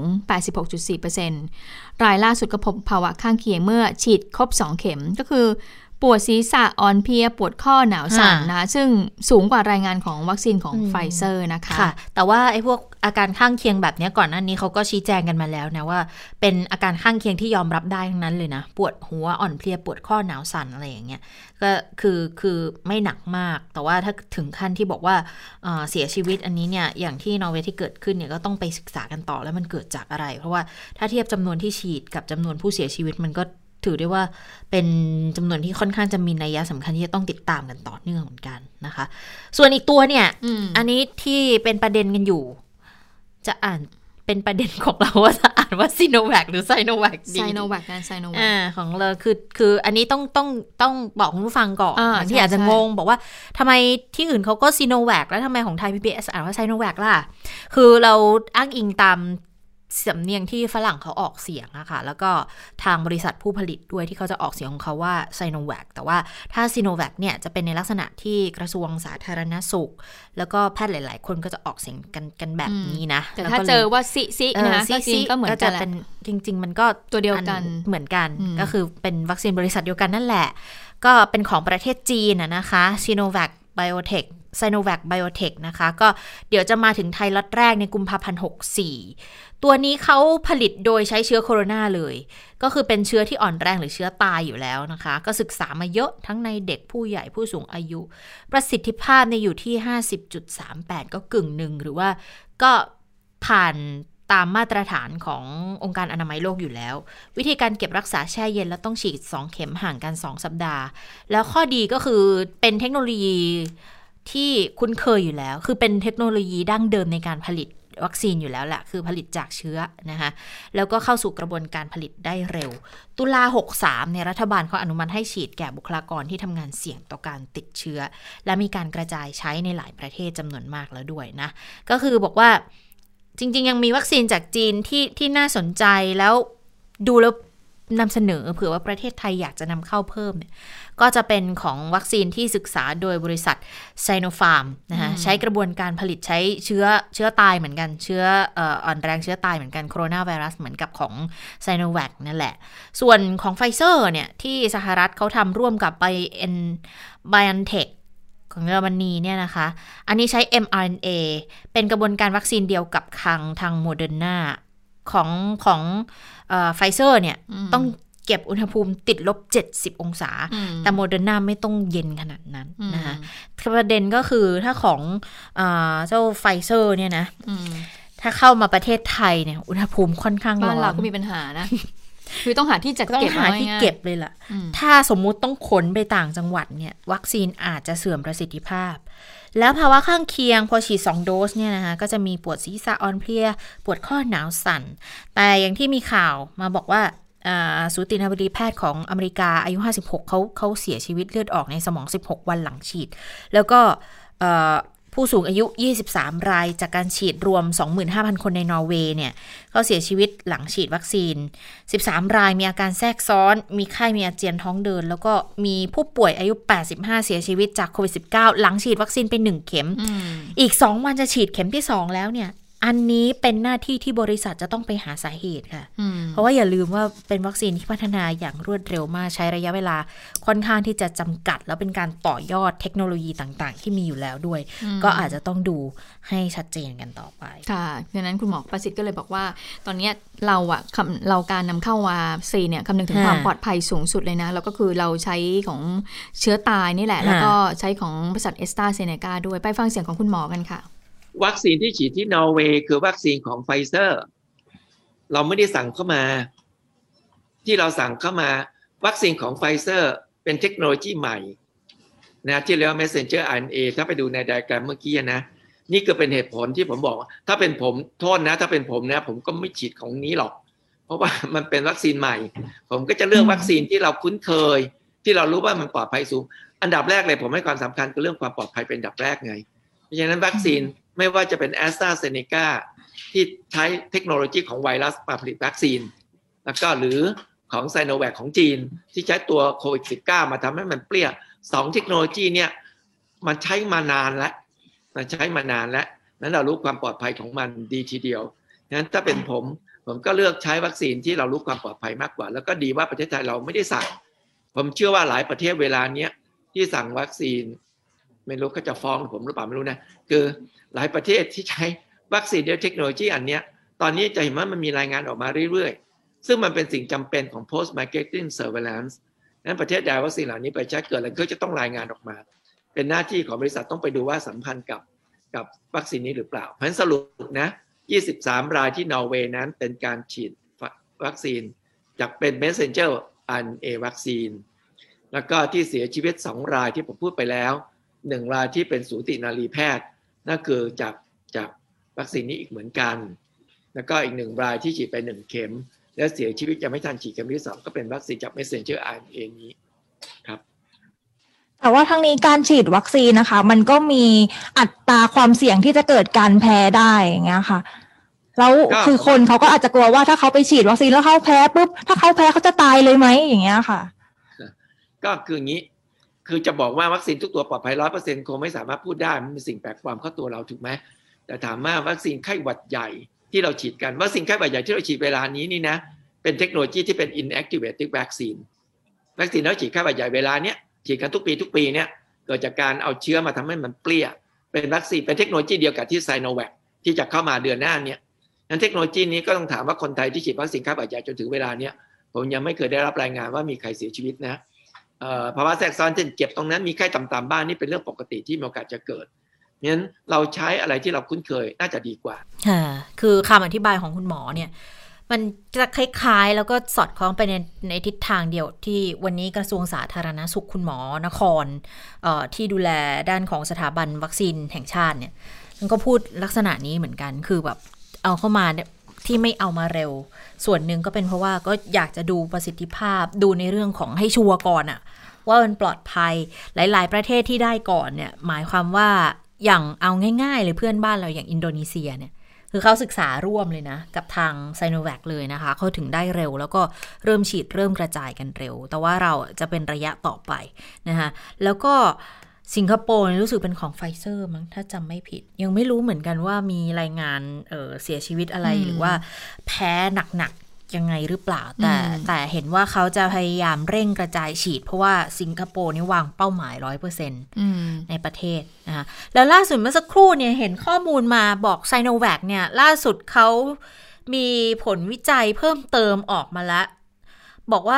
86.4% รายล่าสุดก็พบภาวะข้างเคียงเมื่อฉีดครบ2เข็มก็คือปวดศีรษะอ่อนเพลียปวดข้อหนาวสั่นนะซึ่งสูงกว่ารายงานของวัคซีนของไฟเซอร์นะคะค่ะแต่ว่าไอ้พวกอาการข้างเคียงแบบนี้ก่อนหน้านี้เขาก็ชี้แจงกันมาแล้วนะว่าเป็นอาการข้างเคียงที่ยอมรับได้ทั้งนั้นเลยนะปวดหัวอ่อนเพลียปวดข้อหนาวสั่นอะไรอย่างเงี้ยก็คือไม่หนักมากแต่ว่าถ้าถึงขั้นที่บอกว่าเสียชีวิตอันนี้เนี่ยอย่างที่นอร์เวย์ที่เกิดขึ้นเนี่ยก็ต้องไปศึกษากันต่อแล้วมันเกิดจากอะไรเพราะว่าถ้าเทียบจำนวนที่ฉีดกับจำนวนผู้เสียชีวิตมันก็ถือได้ว่าเป็นจำนวนที่ค่อนข้างจะมีนัยสำคัญที่จะต้องติดตามกันต่อเนื่องเหมือนกันนะคะส่วนอีกตัวเนี่ยอันนี้ที่เป็นประเด็นกันอยู่จะอ่านเป็นประเด็นของเราว่าจะอ่านว่าซีโนแวคหรือไซโนแวคดีไซโนแวคของเราคืออันนี้ต้องบอกคุณผู้ฟังก่อนที่อาจจะงงบอกว่าทำไมที่อื่นเขาก็ซีโนแวคแล้วทำไมของไทย PBS อ่านว่าไซโนแวคล่ะคือเราอ้างอิงตามสำเนียงที่ฝรั่งเขาออกเสียงนะคะแล้วก็ทางบริษัทผู้ผลิตด้วยที่เขาจะออกเสียงของเขาว่าไซโนแวคแต่ว่าถ้าซีโนแวคเนี่ยจะเป็นในลักษณะที่กระทรวงสาธารณสุขแล้วก็แพทย์หลายๆคนก็จะออกเสียงกันแบบนี้นะแต่ถ้าเจอว่าซินะซิก็เหมือนกันเป็นจริงๆมันก็ตัวเดียวกันเหมือนกันก็คือเป็นวัคซีนบริษัทเดียวกันนั่นแหละก็เป็นของประเทศจีนนะคะซีโนแวคไบโอเทคไซโนแวคไบโอเทคนะคะก็เดี๋ยวจะมาถึงไทยล็อตแรกในกุมภาพันธ์64ตัวนี้เขาผลิตโดยใช้เชื้อโคโรนาเลยก็คือเป็นเชื้อที่อ่อนแรงหรือเชื้อตายอยู่แล้วนะคะก็ศึกษามาเยอะทั้งในเด็กผู้ใหญ่ผู้สูงอายุประสิทธิภาพในอยู่ที่ 50.38 ก็กึ่งหนึ่งหรือว่าก็ผ่านตามมาตรฐานขององค์การอนามัยโลกอยู่แล้ววิธีการเก็บรักษาแช่เย็นแล้วต้องฉีด2เข็มห่างกัน2สัปดาห์แล้วข้อดีก็คือเป็นเทคโนโลยีที่คุ้นเคยอยู่แล้วคือเป็นเทคโนโลยีดั้งเดิมในการผลิตวัคซีนอยู่แล้วแหละคือผลิตจากเชื้อนะคะแล้วก็เข้าสู่กระบวนการผลิตได้เร็วตุลา63เนี่ยรัฐบาลเขาอนุมัติให้ฉีดแก่บุคลากรที่ทำงานเสี่ยงต่อการติดเชื้อและมีการกระจายใช้ในหลายประเทศจำนวนมากแล้วด้วยนะก็คือบอกว่าจริงๆยังมีวัคซีนจากจีนที่น่าสนใจแล้วดูแล้วนำเสนอเผื่อว่าประเทศไทยอยากจะนำเข้าเพิ่มเนี่ยก็จะเป็นของวัคซีนที่ศึกษาโดยบริษัทไซโนฟาร์มนะคะใช้กระบวนการผลิตใช้เชื้อตายเหมือนกันเชื้ออ่อนแรงเชื้อตายเหมือนกันโคโรนาไวรัสเหมือนกับของไซโนแวคนั่นแหละส่วนของไฟเซอร์เนี่ยที่สหรัฐเขาทำร่วมกับBioNTechของเยอรมนีเนี่ยนะคะอันนี้ใช้ mRNA เป็นกระบวนการวัคซีนเดียวกับทางโมเดอร์นาของไฟเซอร์เนี่ยต้องเก็บอุณหภูมิติดลบ70องศาแต่โมเดอร์นาไม่ต้องเย็นขนาดนั้นนะคะประเด็นก็คือถ้าของเจ้าไฟเซอร์เนี่ยนะถ้าเข้ามาประเทศไทยเนี่ยอุณหภูมิค่อนข้างร้อนบ้านเราก็มีปัญหานะคือต้องหาที่จัดเก็บต้องหาที่เก็บเลยล่ะถ้าสมมุติต้องขนไปต่างจังหวัดเนี่ยวัคซีนอาจจะเสื่อมประสิทธิภาพแล้วภาวะข้างเคียงพอฉีด2โดสเนี่ยนะคะก็จะมีปวดศีรษะอ่อนเพลียปวดข้อหนาวสั่นแต่อย่างที่มีข่าวมาบอกว่าสูตินรีบดีแพทย์ของอเมริกาอายุ56เขาเสียชีวิตเลือดออกในสมอง16วันหลังฉีดแล้วก็ผู้สูงอายุ23รายจากการฉีดรวม 25,000 คนในนอร์เวย์เนี่ยก็เสียชีวิตหลังฉีดวัคซีน13รายมีอาการแทรกซ้อนมีไข้มีอาเจียนท้องเดินแล้วก็มีผู้ป่วยอายุ85เสียชีวิตจากโควิด -19 หลังฉีดวัคซีนไป1เข็มอีก2วันจะฉีดเข็มที่2แล้วเนี่ยอันนี้เป็นหน้าที่ที่บริษัทจะต้องไปหาสาเหตุค่ะเพราะว่าอย่าลืมว่าเป็นวัคซีนที่พัฒนาอย่างรวดเร็วมากใช้ระยะเวลาค่อนข้างที่จะจำกัดแล้วเป็นการต่อยอดเทคโนโลยีต่างๆที่มีอยู่แล้วด้วยก็อาจจะต้องดูให้ชัดเจนกันต่อไปค่ะดังนั้นคุณหมอประสิทธิ์ก็เลยบอกว่าตอนนี้เราการนำเข้าวัคซีนเนี่ยคำนึงถึงความปลอดภัยสูงสุดเลยนะแล้วก็คือเราใช้ของเชื้อตายนี่แหละแล้วก็ใช้ของบริษัท AstraZeneca ด้วยไปฟังเสียงของคุณหมอกันค่ะวัคซีนที่ฉีดที่นอร์เวย์คือวัคซีนของไฟเซอร์เราไม่ได้สั่งเข้ามาที่เราสั่งเข้ามาวัคซีนของไฟเซอร์เป็นเทคโนโลยีใหม่นะที่เรียกว่า messenger RNA ถ้าไปดูในไดอะแกรมเมื่อกี้นะนี่คือเป็นเหตุผลที่ผมบอกถ้าเป็นผมโทษนะถ้าเป็นผมนะผมก็ไม่ฉีดของนี้หรอกเพราะว่ามันเป็นวัคซีนใหม่ผมก็จะเลือกวัคซีนที่เราคุ้นเคยที่เรารู้ว่ามันปลอดภัยสูงอันดับแรกเลยผมให้ความสำคัญกับเรื่องความปลอดภัยเป็นอันดับแรกไงเพราะฉะนั้นวัคซีนไม่ว่าจะเป็น AstraZeneca ที่ใช้เทคโนโลยีของไวรัสมาผลิตวัคซีนแล้วก็หรือของ Sinovac ของจีนที่ใช้ตัวโควิด -19 มาทำให้มันเปรี้ย2เทคโนโลยีเนี่ยมันใช้มานานแล้วนั้นเรารู้ความปลอดภัยของมันดีทีเดียวงั้นถ้าเป็นผมก็เลือกใช้วัคซีนที่เรารู้ความปลอดภัยมากกว่าแล้วก็ดีว่าประเทศไทยเราไม่ได้สั่งผมเชื่อว่าหลายประเทศเวลาเนี้ยที่สั่งวัคซีนไม่รู้เขาจะฟ้องผมหรือเปล่าไม่รู้นะคือหลายประเทศที่ใช้วัคซีนด้วยเทคโนโลยีอันเนี้ยตอนนี้จะเห็นว่ามันมีรายงานออกมาเรื่อยๆซึ่งมันเป็นสิ่งจำเป็นของ post marketing surveillance นั้นประเทศใดวัคซีนเหล่านี้ไปใช้เกิดอะไรก็จะต้องรายงานออกมาเป็นหน้าที่ของบริษัทต้องไปดูว่าสัมพันธ์กับวัคซีนนี้หรือเปล่าเพราะฉะนั้นสรุปนะ23รายที่นอร์เวย์นั้นเป็นการฉีดวัคซีนจากเป็น messenger RNA วัคซีนแล้วก็ที่เสียชีวิต2รายที่ผมพูดไปแล้ว1รายที่เป็นสูตินารีแพทย์นั่นคือจากวัคซีนนี้อีกเหมือนกันแล้วก็อีก1รายที่ฉีดไป1เข็มแล้วเสียชีวิตยังไม่ทันฉีดเข็มที่2ก็เป็นวัคซีนจาก messenger RNA นี้ครับแต่ว่าทั้งนี้การฉีดวัคซีนนะคะมันก็มีอัตราความเสี่ยงที่จะเกิดการแพ้ได้อย่างเงี้ยค่ะแล้วคือคนเขาก็อาจจะกลัวว่าถ้าเขาไปฉีดวัคซีนแล้วเขาแพ้ปุ๊บถ้าเขาแพ้เขาจะตายเลยไหมอย่างเงี้ยค่ะก็คืออย่างนี้คือจะบอกว่าวัคซีนทุกตัวปลอดภัย 100% คงไม่สามารถพูดได้มันเป็นสิ่งแปลกปลอมเข้าตัวเราถูกไหมแต่ถามว่าวัคซีนไข้หวัดใหญ่ที่เราฉีดกันวัคซีนไข้หวัดใหญ่ที่เราฉีดเวลานี้นี่นะเป็นเทคโนโลยีที่เป็น inactivated vaccine วัคซีนเราฉีดไข้หวัดใหญ่เวลาเนี้ยฉีดกันทุกปีเนี่ยเกิดจากการเอาเชื้อมาทำให้มันเปรี้ยเป็นวัคซีนเป็นเทคโนโลยีเดียวกับที่ Sinovac ที่จะเข้ามาเดือนหน้าเนี่ยงั้นเทคโนโลยีนี้ก็ต้องถามว่าคนไทยที่ฉีดวัคซีนไข้หวัดใหญ่จนถึงเวลาเนี้ยผมยังไม่เคยได้รับรายงานว่ามีใครเสียชีวิตนะภาวะแทรกซ้อนเช่นเจ็บตรงนั้นมีไข้ต่ำๆบ้างนี่เป็นเรื่องปกติที่มีโอกาสจะเกิดงั้นเราใช้อะไรที่เราคุ้นเคยน่าจะดีกว่าคือคำอธิบายของคุณหมอเนี่ยมันจะคล้ายๆแล้วก็สอดคล้องไปในทิศทางเดียวที่วันนี้กระทรวงสาธารณสุขคุณหมอนครที่ดูแลด้านของสถาบันวัคซีนแห่งชาติเนี่ยมันก็พูดลักษณะนี้เหมือนกันคือแบบเอาเข้ามาที่ไม่เอามาเร็วส่วนหนึ่งก็เป็นเพราะว่าก็อยากจะดูประสิทธิภาพดูในเรื่องของให้ชัวร์ก่อนอะว่ามันปลอดภัยหลายๆประเทศที่ได้ก่อนเนี่ยหมายความว่าอย่างเอาง่ายๆเลยเพื่อนบ้านเราอย่างอินโดนีเซียเนี่ยคือเขาศึกษาร่วมเลยนะกับทาง Sinovac เลยนะคะเขาถึงได้เร็วแล้วก็เริ่มฉีดเริ่มกระจายกันเร็วแต่ว่าเราจะเป็นระยะต่อไปนะคะแล้วก็สิงคโปร์รู้สึกเป็นของไฟเซอร์มั้งถ้าจำไม่ผิดยังไม่รู้เหมือนกันว่ามีรายงานเสียชีวิตอะไรหรือว่าแพ้หนักๆยังไงหรือเปล่าแต่เห็นว่าเขาจะพยายามเร่งกระจายฉีดเพราะว่าสิงคโปร์นี่วางเป้าหมาย 100% ในประเทศนะคะแล้วล่าสุดเมื่อสักครู่เนี่ยเห็นข้อมูลมาบอก Sinovac เนี่ยล่าสุดเขามีผลวิจัยเพิ่มเติมออกมาแล้วบอกว่า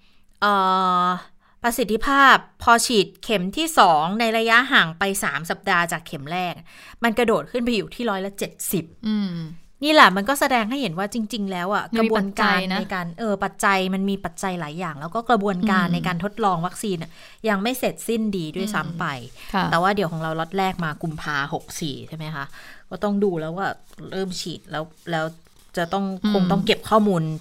ประสิทธิภาพพอฉีดเข็มที่2ในระยะห่างไป3สัปดาห์จากเข็มแรกมันกระโดดขึ้นไปอยู่ที่170นี่แหละมันก็แสดงให้เห็นว่าจริงๆแล้วอ่ะกระบวนการในการปัจจัยมันมีปัจจัยหลายอย่างแล้วก็กระบวนการในการทดลองวัคซีนยังไม่เสร็จสิ้นดีด้วยซ้ำไปแต่ว่าเดี๋ยวของเราล็อตแรกมากุมภา64ใช่ไหมคะก็ต้องดูแล้วว่าเริ่มฉีดแล้วจะต้องคงต้องเก็บข้อมูล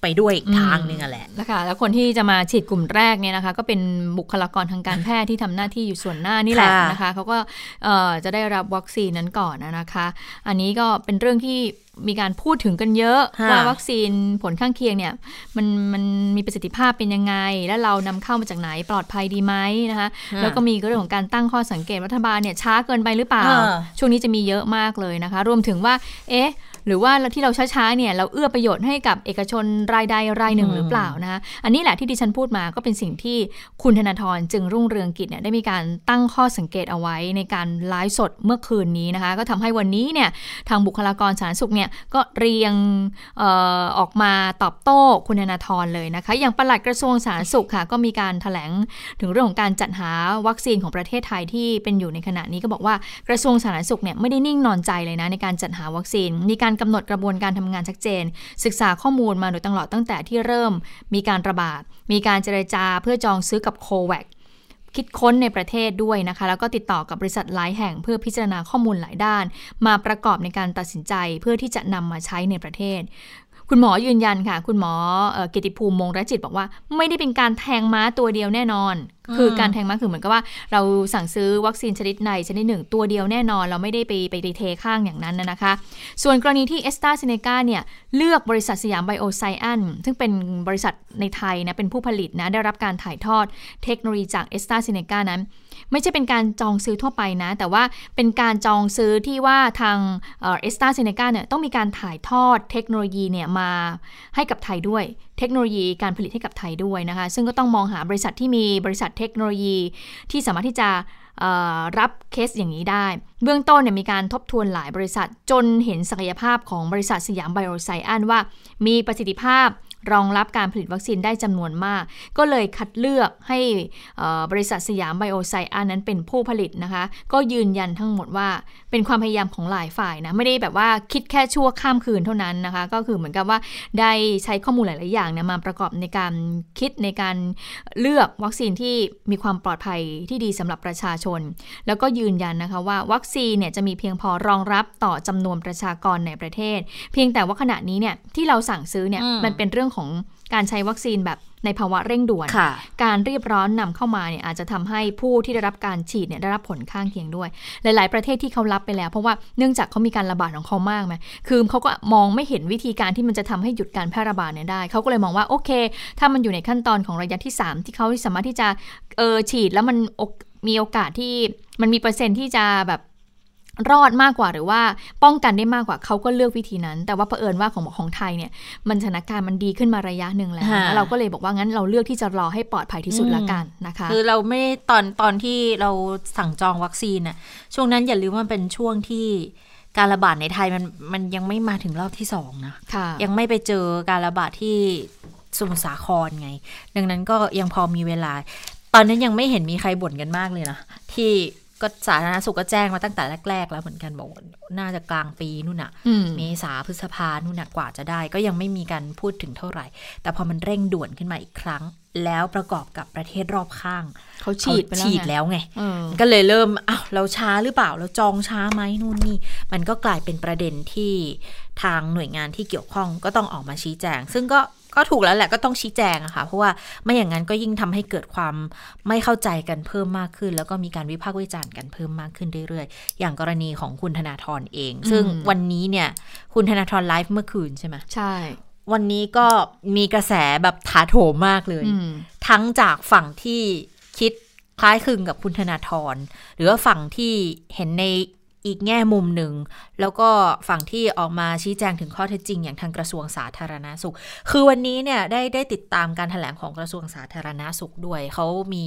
ไปด้วยอีกทางนึงแหละนะคะแล้วคนที่จะมาฉีดกลุ่มแรกเนี่ยนะคะก็เป็นบุคลากรทางการแพทย์ที่ทำหน้าที่อยู่ส่วนหน้านี่แหละนะคะเขาก็จะได้รับวัคซีนนั้นก่อนนะคะอันนี้ก็เป็นเรื่องที่มีการพูดถึงกันเยอะว่าวัคซีนผลข้างเคียงเนี่ยมันมีประสิทธิภาพเป็นยังไงและเรานำเข้ามาจากไหนปลอดภัยดีไหมนะคะแล้วก็มีเรื่องของการตั้งข้อสังเกตรัฐบาลเนี่ยช้าเกินไปหรือเปล่าช่วงนี้จะมีเยอะมากเลยนะคะรวมถึงว่าหรือว่าที่เราช้าๆเนี่ยเราเอื้อประโยชน์ให้กับเอกชนรายใดรายหนึ่งหรือเปล่านะคะอันนี้แหละที่ดิฉันพูดมาก็เป็นสิ่งที่คุณธนาธรจึงรุ่งเรืองกิจเนี่ยได้มีการตั้งข้อสังเกตเอาไว้ในการไลฟ์สดเมื่อคืนนี้นะคะก็ทำให้วันนี้เนี่ยทางบุคลากรสาธารณสุขเนี่ยก็เรียงออกมาตอบโต้คุณธนาธรเลยนะคะอย่างปลัดกระทรวงสาธารณสุขค่ะก็มีการแถลงถึงเรื่องของการจัดหาวัคซีนของประเทศไทยที่เป็นอยู่ในขณะนี้ก็บอกว่ากระทรวงสาธารณสุขเนี่ยไม่ได้นิ่งนอนใจเลยนะในการจัดหาวัคซีนมีการกำหนดกระบวนการทำงานชัดเจนศึกษาข้อมูลมาโดยตลอดตั้งแต่ที่เริ่มมีการระบาดมีการเจรจาเพื่อจองซื้อกับโคแวคคิดค้นในประเทศด้วยนะคะแล้วก็ติดต่อกับบริษัทหลายแห่งเพื่อพิจารณาข้อมูลหลายด้านมาประกอบในการตัดสินใจเพื่อที่จะนำมาใช้ในประเทศคุณหมอยืนยันค่ะคุณหมอกิติภูมิมงรจิตบอกว่าไม่ได้เป็นการแทงม้าตัวเดียวแน่นอนคือการแทงม้าคือเหมือนกับว่าเราสั่งซื้อวัคซีนชนิดใดชนิดหนึ่งตัวเดียวแน่นอนเราไม่ได้ไปเทข้างอย่างนั้นนะคะส่วนกรณีที่ AstraZeneca เนี่ยเลือกบริษัทสยามไบโอไซแอนซ์ซึ่งเป็นบริษัทในไทยนะเป็นผู้ผลิตนะได้รับการถ่ายทอดเทคโนโลยีจาก AstraZeneca นั้นไม่ใช่เป็นการจองซื้อทั่วไปนะแต่ว่าเป็นการจองซื้อที่ว่าทางAstraZeneca เนี่ยต้องมีการถ่ายทอดเทคโนโลยีเนี่ยมาให้กับไทยด้วยเทคโนโลยีการผลิตให้กับไทยด้วยนะคะซึ่งก็ต้องมองหาบริษัทที่มีบริษัทเทคโนโลยีที่สามารถที่จะรับเคสอย่างนี้ได้เบื้องต้นเนี่ยมีการทบทวนหลายบริษัทจนเห็นศักยภาพของบริษัทสยามไบโอไซแอนซ์ว่ามีประสิทธิภาพรองรับการผลิตวัคซีนได้จำนวนมากก็เลยคัดเลือกให้บริษัทสยามไบโอไซแอนซ์นั้นเป็นผู้ผลิตนะคะก็ยืนยันทั้งหมดว่าเป็นความพยายามของหลายฝ่ายนะไม่ได้แบบว่าคิดแค่ชั่วข้ามคืนเท่านั้นนะคะก็คือเหมือนกับว่าได้ใช้ข้อมูลหลายๆอย่างเนี่ยมาประกอบในการคิดในการเลือกวัคซีนที่มีความปลอดภัยที่ดีสำหรับประชาชนแล้วก็ยืนยันนะคะว่าวัคซีนเนี่ยจะมีเพียงพอรองรับต่อจำนวนประชากรในประเทศเพียงแต่ว่าขณะนี้เนี่ยที่เราสั่งซื้อเนี่ยมันเป็นเรื่องของการใช้วัคซีนแบบในภาวะเร่งด่วนการรีบร้อนนำเข้ามาเนี่ยอาจจะทำให้ผู้ที่ได้รับการฉีดเนี่ยได้รับผลข้างเคียงด้วยหลายๆประเทศที่เขารับไปแล้วเพราะว่าเนื่องจากเขามีการระบาดของเขามากไหมคือเขาก็มองไม่เห็นวิธีการที่มันจะทำให้หยุดการแพร่ระบาดเนี่ยได้เขาก็เลยมองว่าโอเคถ้ามันอยู่ในขั้นตอนของระยะที่3ที่เขาสามารถที่จะฉีดแล้วมันมีโอกาสที่มันมีเปอร์เซ็นต์ที่จะแบบรอดมากกว่าหรือว่าป้องกันได้มากกว่าเขาก็เลือกวิธีนั้นแต่ว่าเผอิญว่าของไทยเนี่ยมันสถานการณ์มันดีขึ้นมาระยะหนึ่งแล้วเราก็เลยบอกว่างั้นเราเลือกที่จะรอให้ปลอดภัยที่สุดละกันนะคะคือเราไม่ตอนที่เราสั่งจองวัคซีนน่ะช่วงนั้นอย่าลืมว่าเป็นช่วงที่การระบาดในไทยมันยังไม่มาถึงรอบที่2นะยังไม่ไปเจอการระบาดที่สมุทรสาครไงดังนั้นก็ยังพอมีเวลาตอนนั้นยังไม่เห็นมีใครบ่นกันมากเลยนะที่ก็สาธารณสุขก็แจ้งมาตั้งแต่แรกๆแล้วเหมือนกันบอกน่าจะกลางปีนู่นน่ะเมษาพฤษภานู่นน่ะกว่าจะได้ก็ยังไม่มีการพูดถึงเท่าไหร่แต่พอมันเร่งด่วนขึ้นมาอีกครั้งแล้วประกอบกับประเทศรอบข้างเขาฉีดแล้วไงก็เลยเริ่มเราช้าหรือเปล่าเราจองช้าไหมนู่นนี่มันก็กลายเป็นประเด็นที่ทางหน่วยงานที่เกี่ยวข้องก็ต้องออกมาชี้แจงซึ่งก็ถูกแล้วแหละก็ต้องชี้แจงอะค่ะเพราะว่าไม่อย่างนั้นก็ยิ่งทำให้เกิดความไม่เข้าใจกันเพิ่มมากขึ้นแล้วก็มีการวิพากษ์วิจารณ์กันเพิ่มมากขึ้นเรื่อยๆอย่างกรณีของคุณธนาธรเองซึ่งวันนี้เนี่ยคุณธนาธรไลฟ์เมื่อคืนใช่ไหมใช่วันนี้ก็มีกระแสแบบถาโถมมากเลยทั้งจากฝั่งที่คิดคล้ายคลึงกับคุณธนาธรหรือว่าฝั่งที่เห็นในอีกแง่มุมหนึ่งแล้วก็ฝั่งที่ออกมาชี้แจงถึงข้อเท็จจริงอย่างทางกระทรวงสาธารณสุขคือวันนี้เนี่ยได้ติดตามการแถลงของกระทรวงสาธารณสุขด้วยเขามี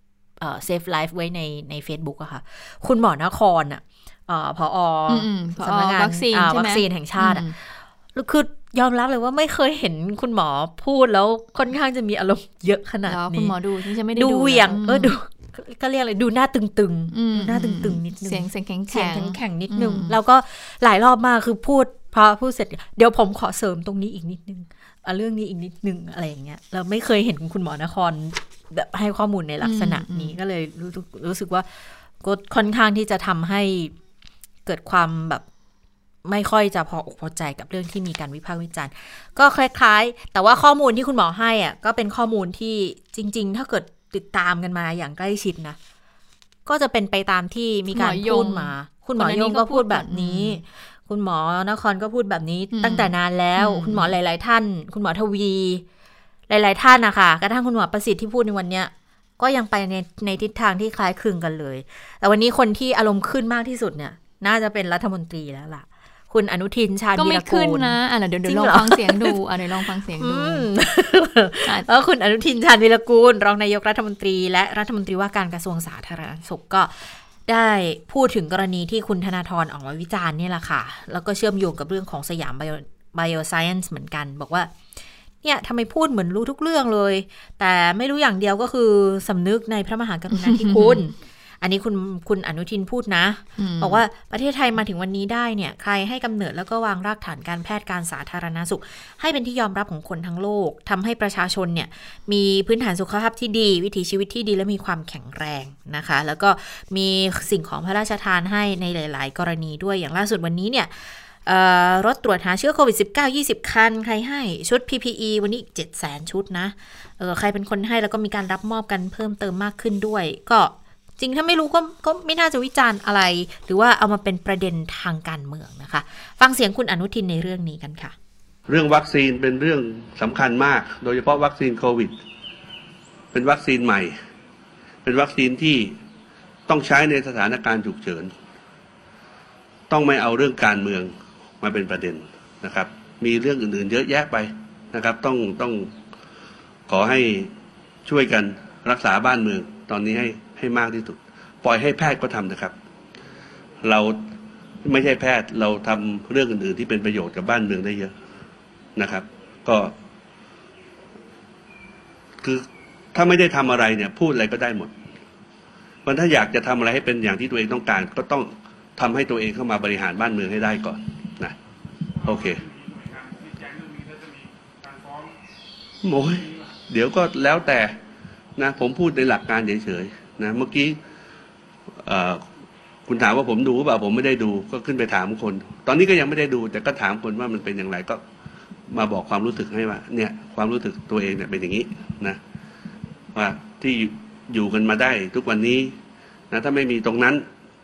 Save Life ไว้ใน Facebook อะค่ะคุณหมอนครอ่ะผอ.สำนักงานวัคซีนแห่งชาติคือยอมรับเลยว่าไม่เคยเห็นคุณหมอพูดแล้วค่อนข้างจะมีอารมณ์เยอะขนาดนี้คุณหมอดูที่จะไม่ได้ดูอย่างดูก็เรียกอะไรดูหน้าตึงๆหน้าตึงๆนิดนึงเสียงแข็งนิดนึงแล้วก็หลายรอบมากคือพอพูดเสร็จเดี๋ยวผมขอเสริมตรงนี้อีกนิดนึงเรื่องนี้อีกนิดนึงอะไรอย่างเงี้ยเราไม่เคยเห็นคุณหมอนครแบบให้ข้อมูลในลักษณะนี้ก็เลยรู้สึกว่าก็ค่อนข้างที่จะทำให้เกิดความแบบไม่ค่อยจะพออกพอใจกับเรื่องที่มีการวิพากษ์วิจารณ์ก็คล้ายๆแต่ว่าข้อมูลที่คุณหมอให้อ่ะก็เป็นข้อมูลที่จริงๆถ้าเกิดติดตามกันมาอย่างใกล้ชิดนะก็จะเป็นไปตามที่มีการพูดมาคุณหมอยงก็พูดแบบนี้คุณหมอนครก็พูดแบบนี้ตั้งแต่นานแล้วคุณหมอหลายๆท่านคุณหมอทวีหลายๆท่านนะคะกระทั่งคุณหมอประสิทธิ์ที่พูดในวันเนี้ยก็ยังไปในทิศทางที่คล้ายคลึงกันเลยแต่วันนี้คนที่อารมณ์ขึ้นมากที่สุดเนี่ยน่าจะเป็นรัฐมนตรีแล้วล่ะคุณอนุทินชาญวีรกูลก็ไม่ขึ้นนะเดี๋ยวลองฟังเสียงดูเดี๋ยวลองฟังเสียงดูแล้วคุณอนุทินชาญวีรกูลรองนายกรัฐมนตรีและรัฐมนตรีว่าการกระทรวงสาธารณสุขก็ได้พูดถึงกรณีที่คุณธนาธรออกมาวิจารณ์นี่แหละค่ะแล้วก็เชื่อมโยงกับเรื่องของสยามไบโอไซเอนซ์เหมือนกันบอกว่าเนี่ยทำไมพูดเหมือนรู้ทุกเรื่องเลยแต่ไม่รู้อย่างเดียวก็คือสำนึกในพระมหากรุณาธิคุณอันนี้คุณอนุทินพูดนะบอกว่าประเทศไทยมาถึงวันนี้ได้เนี่ยใครให้กำเนิดแล้วก็วางรากฐานการแพทย์การสาธารณสุขให้เป็นที่ยอมรับของคนทั้งโลกทำให้ประชาชนเนี่ยมีพื้นฐานสุขภาพที่ดีวิถีชีวิตที่ดีและมีความแข็งแรงนะคะแล้วก็มีสิ่งของพระราชทานให้ในหลายๆกรณีด้วยอย่างล่าสุดวันนี้เนี่ยรถตรวจหาเชื้อโควิด -19 20 คันใครให้ชุด PPE วันนี้ 700,000 ชุดนะใครเป็นคนให้แล้วก็มีการรับมอบกันเพิ่มเติมมากขึ้นด้วยก็จริงถ้าไม่รู้ก็ไม่น่าจะวิจารณ์อะไรหรือว่าเอามาเป็นประเด็นทางการเมืองนะคะฟังเสียงคุณอนุทินในเรื่องนี้กันค่ะเรื่องวัคซีนเป็นเรื่องสำคัญมากโดยเฉพาะวัคซีนโควิดเป็นวัคซีนใหม่เป็นวัคซีนที่ต้องใช้ในสถานการณ์ฉุกเฉินต้องไม่เอาเรื่องการเมืองมาเป็นประเด็นนะครับมีเรื่องอื่นๆเยอะแยะไปนะครับต้องขอให้ช่วยกันรักษาบ้านเมืองตอนนี้ให้มากที่สุดปล่อยให้แพทย์ก็ทำนะครับเราไม่ใช่แพทย์เราทำเรื่องอื่นๆที่เป็นประโยชน์กับบ้านเมืองได้เยอะนะครับก็คือถ้าไม่ได้ทำอะไรเนี่ยพูดอะไรก็ได้หมดมันถ้าอยากจะทำอะไรให้เป็นอย่างที่ตัวเองต้องการก็ต้องทำให้ตัวเองเข้ามาบริหารบ้านเมืองให้ได้ก่อนนะโอเคโอ้ยเดี๋ยวก็แล้วแต่นะผมพูดในหลักการเฉยๆนะเมื่อกี้คุณถามว่าผมดูหรือเปล่าผมไม่ได้ดูก็ขึ้นไปถามคนตอนนี้ก็ยังไม่ได้ดูแต่ก็ถามคนว่ามันเป็นอย่างไรก็มาบอกความรู้สึกให้ว่าเนี่ยความรู้สึกตัวเองเนี่ยเป็นอย่างนี้นะว่าที่อยู่กันมาได้ทุกวันนี้นะถ้าไม่มีตรงนั้น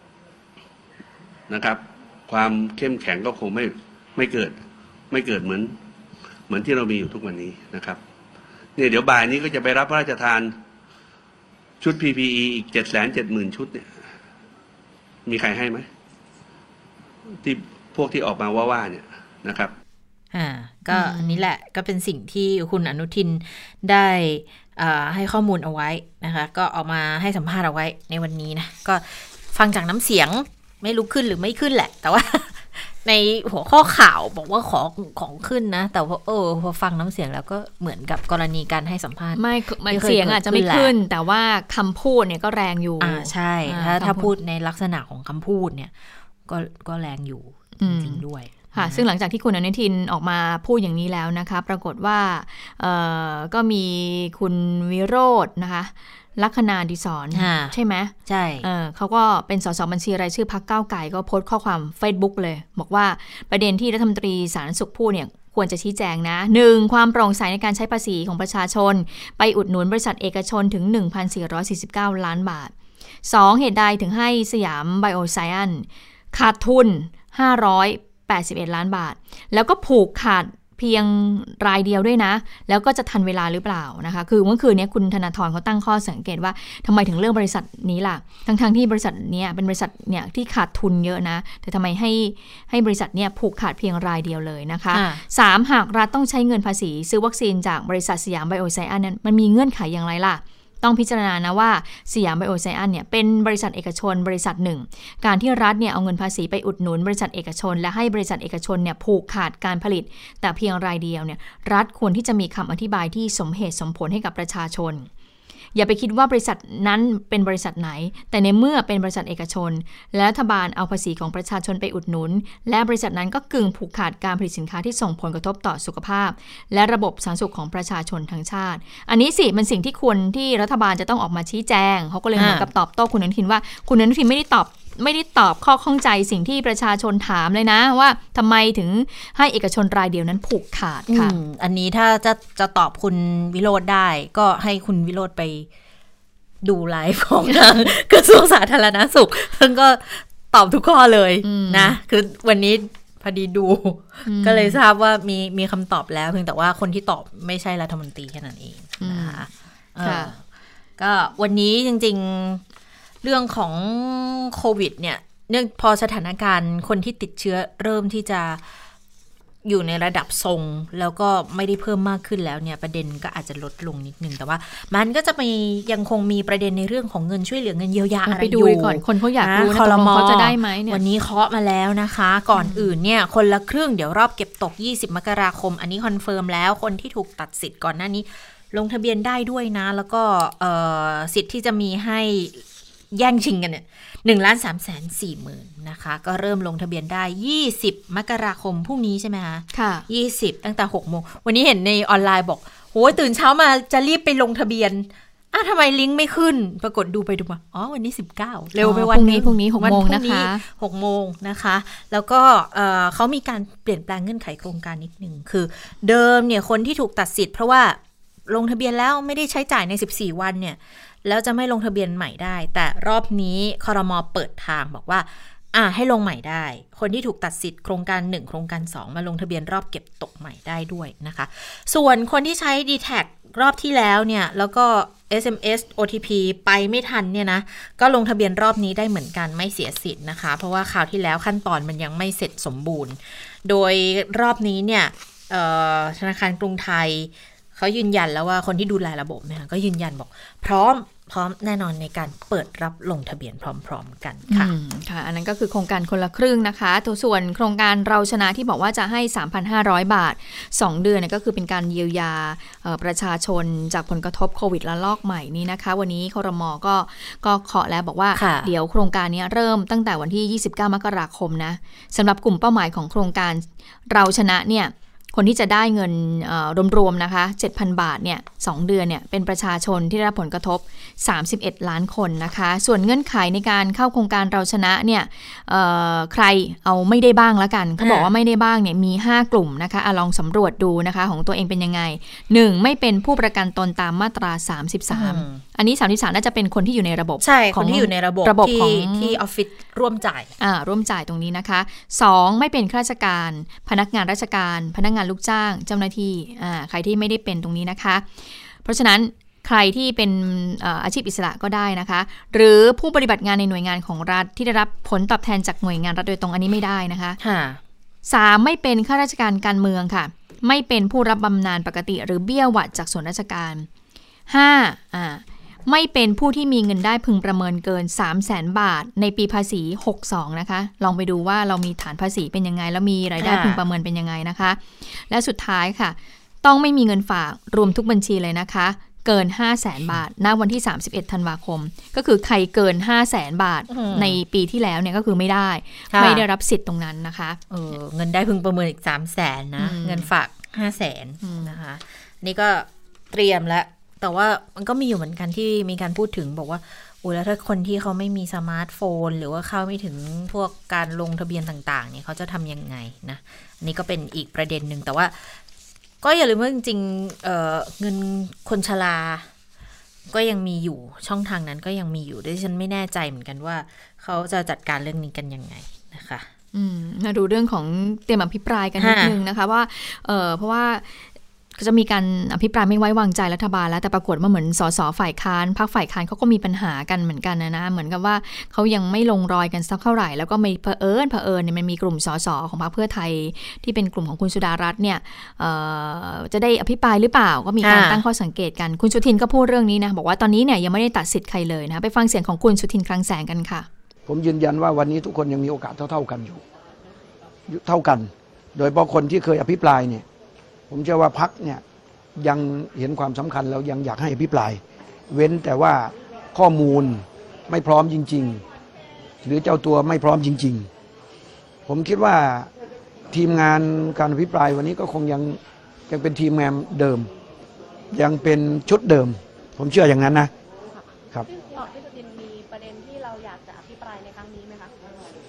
นะครับความเข้มแข็งก็คงไม่เกิดเหมือนที่เรามีอยู่ทุกวันนี้นะครับเนี่ยเดี๋ยวบ่ายนี้ก็จะไปรับพระราชทานชุด PPE อีก 770,000 ชุดเนี่ยมีใครให้ไหมที่พวกที่ออกมาว่าเนี่ยนะครับก็อันนี้แหละก็เป็นสิ่งที่คุณอนุทินได้ให้ข้อมูลเอาไว้นะคะก็ออกมาให้สัมภาษณ์เอาไว้ในวันนี้นะก็ฟังจากน้ำเสียงไม่รู้ขึ้นหรือไม่ขึ้นแหละแต่ว่าในหัวข้อข่าวบอกว่าของขึ้นนะแต่ว่าพอฟังน้ำเสียงแล้วก็เหมือนกับกรณีการให้สัมภาษณ์ไม่เสียงอาจจะไม่ขึ้นแต่ว่าคำพูดเนี่ยก็แรงอยู่ใช่ถ้าพูดในลักษณะของคำพูดเนี่ยก็แรงอยู่จริงๆด้วยค่ะซึ่งหลังจากที่คุณอนุทินออกมาพูดอย่างนี้แล้วนะคะปรากฏว่าก็มีคุณวิโรจน์นะคะลัคนาดิศรใช่ไหมใช่เขาก็เป็นสสบัญชีรายชื่อพรรคก้าวไกลก็โพสต์ข้อความ Facebook เลยบอกว่าประเด็นที่รัฐมนตรีสาธารณสุขพูดเนี่ยควรจะชี้แจงนะ 1. ความโปร่งใสในการใช้ภาษีของประชาชนไปอุดหนุนบริษัทเอกชนถึง 1,449 ล้านบาท 2. เหตุใดถึงให้สยามไบโอไซเอนซ์ขาดทุน581 ล้านบาทแล้วก็ผูกขาดเพียงรายเดียวด้วยนะแล้วก็จะทันเวลาหรือเปล่านะคะคือเมื่อคืนนี้คุณธนาธรเขาตั้งข้อสังเกตว่าทำไมถึงเรื่องบริษัทนี้ล่ะทั้งที่บริษัทนี้เป็นบริษัทเนี่ยที่ขาดทุนเยอะนะแต่ทำไมให้บริษัทเนี่ยผูกขาดเพียงรายเดียวเลยนะคะ 3. หากรัฐต้องใช้เงินภาษีซื้อวัคซีนจากบริษัทสยามไบโอไซเอนซ์นั้นมันมีเงื่อนไขอย่างไรล่ะต้องพิจารณานะว่าสยามไบโอไซเอนซ์เนี่ยเป็นบริษัทเอกชนบริษัทหนึ่งการที่รัฐเนี่ยเอาเงินภาษีไปอุดหนุนบริษัทเอกชนและให้บริษัทเอกชนเนี่ยผูกขาดการผลิตแต่เพียงรายเดียวเนี่ยรัฐควรที่จะมีคำอธิบายที่สมเหตุสมผลให้กับประชาชนอย่าไปคิดว่าบริษัทนั้นเป็นบริษัทไหนแต่ในเมื่อเป็นบริษัทเอกชนและรัฐบาลเอาภาษีของประชาชนไปอุดหนุนและบริษัทนั้นก็กึ่งผูกขาดการผลิตสินค้าที่ส่งผลกระทบต่อสุขภาพและระบบสาธารณสุขของประชาชนทั้งชาติอันนี้สิมันสิ่งที่ควรที่รัฐบาลจะต้องออกมาชี้แจงเขาก็เลยเหมือนกับตอบโต้คุณอนุทินว่าคุณอนุทินไม่ได้ตอบไม่ได้ตอบข้อข้องใจสิ่งที่ประชาชนถามเลยนะว่าทำไมถึงให้เอกชนรายเดียวนั้นผูกขาดค่ะอันนี้ถ้าจะตอบคุณวิโรจน์ได้ก็ให้คุณวิโรจน์ไปดูไลฟ์ของทางกระทรวงสาธารณสุขซึ่งก็ตอบทุกข้อเลยนะคือวันนี้พอดีดูก็เลยทราบว่ามีคำตอบแล้วเพียงแต่ว่าคนที่ตอบไม่ใช่รัฐมนตรีแค่นั้นเองนะคะก็วันนี้จริงๆเรื่องของโควิดเนี่ยเนื่องพอสถานการณ์คนที่ติดเชื้อเริ่มที่จะอยู่ในระดับทรงแล้วก็ไม่ได้เพิ่มมากขึ้นแล้วเนี่ยประเด็นก็อาจจะลดลงนิดนึงแต่ว่ามันก็จะยังคงมีประเด็นในเรื่องของเงินช่วยเหลือเงินเยียวยาอะไรอยู่ไปดูก่อนคนเขาอยากรู้นะตกลงเขาจะได้ไหมเนี่ยวันนี้เคาะมาแล้วนะคะก่อนอื่นเนี่ยคนละครึ่งเดี๋ยวรอบเก็บตก20มกราคมอันนี้คอนเฟิร์มแล้วคนที่ถูกตัดสิทธิ์ก่อนหน้านี้ลงทะเบียนได้ด้วยนะแล้วก็สิทธิ์ที่จะมีให้แย่งชิงกันเนี่ย1,340,000นะคะก็เริ่มลงทะเบียนได้20มกราคมพรุ่งนี้ใช่ไหมคะค่ะ 20ตั้งแต่ 6 โมงวันนี้เห็นในออนไลน์บอกโหตื่นเช้ามาจะรีบไปลงทะเบียนทำไมลิงก์ไม่ขึ้นปรากฏดูไปดูมาวันนี้19เร็วไปวันนี้พรุ่งนี้6 โมงนะคะ 6 โมงนะคะแล้วก็เขามีการเปลี่ยนแปลงเงื่อนไขโครงการนิดนึงคือเดิมเนี่ยคนที่ถูกตัดสิทธิ์เพราะว่าลงทะเบียนแล้วไม่ได้ใช้จ่ายใน14วันเนี่ยแล้วจะไม่ลงทะเบียนใหม่ได้แต่รอบนี้ครม.เปิดทางบอกว่าให้ลงใหม่ได้คนที่ถูกตัดสิทธิ์โครงการ1โครงการ2มาลงทะเบียนรอบเก็บตกใหม่ได้ด้วยนะคะส่วนคนที่ใช้ D-Tag รอบที่แล้วเนี่ยแล้วก็ SMS OTP ไปไม่ทันเนี่ยนะก็ลงทะเบียนรอบนี้ได้เหมือนกันไม่เสียสิทธิ์นะคะเพราะว่าคราวที่แล้วขั้นตอนมันยังไม่เสร็จสมบูรณ์โดยรอบนี้เนี่ยธนาคารกรุงไทยเขายืนยันแล้วว่าคนที่ดูแลระบบเนี่ยก็ยืนยันบอกพร้อมแน่นอนในการเปิดรับลงทะเบียนพร้อมๆกันค่ะค่ะอันนั้นก็คือโครงการคนละครึ่งนะคะตัวส่วนโครงการเราชนะที่บอกว่าจะให้ 3,500 บาท2เดือนก็คือเป็นการเยียวยาประชาชนจากผลกระทบโควิดระลอกใหม่นี้นะคะวันนี้ครม.ก็เคาะแล้วบอกว่าเดี๋ยวโครงการนี้เริ่มตั้งแต่วันที่29มกราคมนะสำหรับกลุ่มเป้าหมายของโครงการเราชนะเนี่ยคนที่จะได้เงินรวมๆนะคะ 7,000 บาทเนี่ย2เดือนเนี่ยเป็นประชาชนที่ได้รับผลกระทบ31ล้านคนนะคะส่วนเงื่อนไขในการเข้าโครงการเราชนะเนี่ยใครเอาไม่ได้บ้างแล้วกันเขาบอกว่าไม่ได้บ้างเนี่ยมี5กลุ่มนะคะลองสำรวจดูนะคะของตัวเองเป็นยังไง1ไม่เป็นผู้ประกันตนตามมาตรา33อันนี้33น่าจะเป็นคนที่อยู่ในระบบใช่คนที่อยู่ในระบบของที่ออฟฟิศร่วมจ่ายร่วมจ่ายตรงนี้นะคะ2ไม่เป็นข้าราชการพนักงานราชการพนักงานลูกจ้างเจ้าหน้าที่ใครที่ไม่ได้เป็นตรงนี้นะคะเพราะฉะนั้นใครที่เป็นอาชีพอิสระก็ได้นะคะหรือผู้ปฏิบัติงานในหน่วยงานของรัฐที่ได้รับผลตอบแทนจากหน่วยงานรัฐโดยตรงอันนี้ไม่ได้นะคะ3ไม่เป็นข้าราชการการเมืองค่ะไม่เป็นผู้รับบำนาญปกติหรือเบี้ยหวัดจากส่วนราชการ5ไม่เป็นผู้ที่มีเงินได้พึงประเมินเกิน 300,000 บาทในปีภาษี62นะคะลองไปดูว่าเรามีฐานภาษีเป็นยังไงแล้วมีรายได้พึงประเมินเป็นยังไงนะคะและสุดท้ายค่ะต้องไม่มีเงินฝากรวมทุกบัญชีเลยนะคะเกิน 500,000 บาทณวันที่31ธันวาคมก็คือใครเกิน 500,000 บาทในปีที่แล้วเนี่ยก็คือไม่ได้รับสิทธิ์ตรงนั้นนะคะเงินได้พึงประเมินอีก 300,000 นะเงินฝาก 500,000 นะคะนี่ก็เตรียมแล้วแต่ว่ามันก็มีอยู่เหมือนกันที่มีการพูดถึงบอกว่าแล้วถ้าคนที่เขาไม่มีสมาร์ทโฟนหรือว่าเข้าไม่ถึงพวกการลงทะเบียนต่างๆเนี่ยเขาจะทำยังไงนะนี่ก็เป็นอีกประเด็นหนึ่งแต่ว่าก็อย่าลืมว่าจริงๆเงินคนชราก็ยังมีอยู่ช่องทางนั้นก็ยังมีอยู่ด้วยฉันไม่แน่ใจเหมือนกันว่าเขาจะจัดการเรื่องนี้กันยังไงนะคะมาดูเรื่องของเตรียมอภิปรายกันนิดนึงนะคะว่าเพราะว่าก็จะมีการอภิปรายไม่ไว้วางใจรัฐบาลแล้วแต่ปรากฏว่าเหมือนสสฝ่ายค้านพรรคฝ่ายค้านเขาก็มีปัญหากันเหมือนกันนะเหมือนกับว่าเขายังไม่ลงรอยกันสักเท่าไหร่แล้วก็ไม่เผอิญเนี่ยมันมีกลุ่มสสของพรรคเพื่อไทยที่เป็นกลุ่มของคุณสุดารัตน์เนี่ยจะได้อภิปรายหรือเปล่าก็มีการตั้งข้อสังเกตกันคุณสุทินก็พูดเรื่องนี้นะบอกว่าตอนนี้เนี่ยยังไม่ได้ตัดสิทธิ์ใครเลยนะไปฟังเสียงของคุณสุทินคลังแสงกันค่ะผมยืนยันว่าวันนี้ทุกคนยังมีโอกาสเท่ากันอยู่เท่ากันโดยเฉพาะคนที่เคยอภิปรายเนี่ยผมเชื่อว่าพรรคเนี่ยยังเห็นความสำคัญแล้วยังอยากให้อภิปรายเว้นแต่ว่าข้อมูลไม่พร้อมจริงๆหรือเจ้าตัวไม่พร้อมจริงๆผมคิดว่าทีมงานการอภิปรายวันนี้ก็คงยังเป็นทีมงานเดิมยังเป็นชุดเดิมผมเชื่ออย่างนั้นนะครับซึ่งพี่สุทินมีประเด็นที่เราอยากจะอภิปรายในครั้งนี้ไหมคะ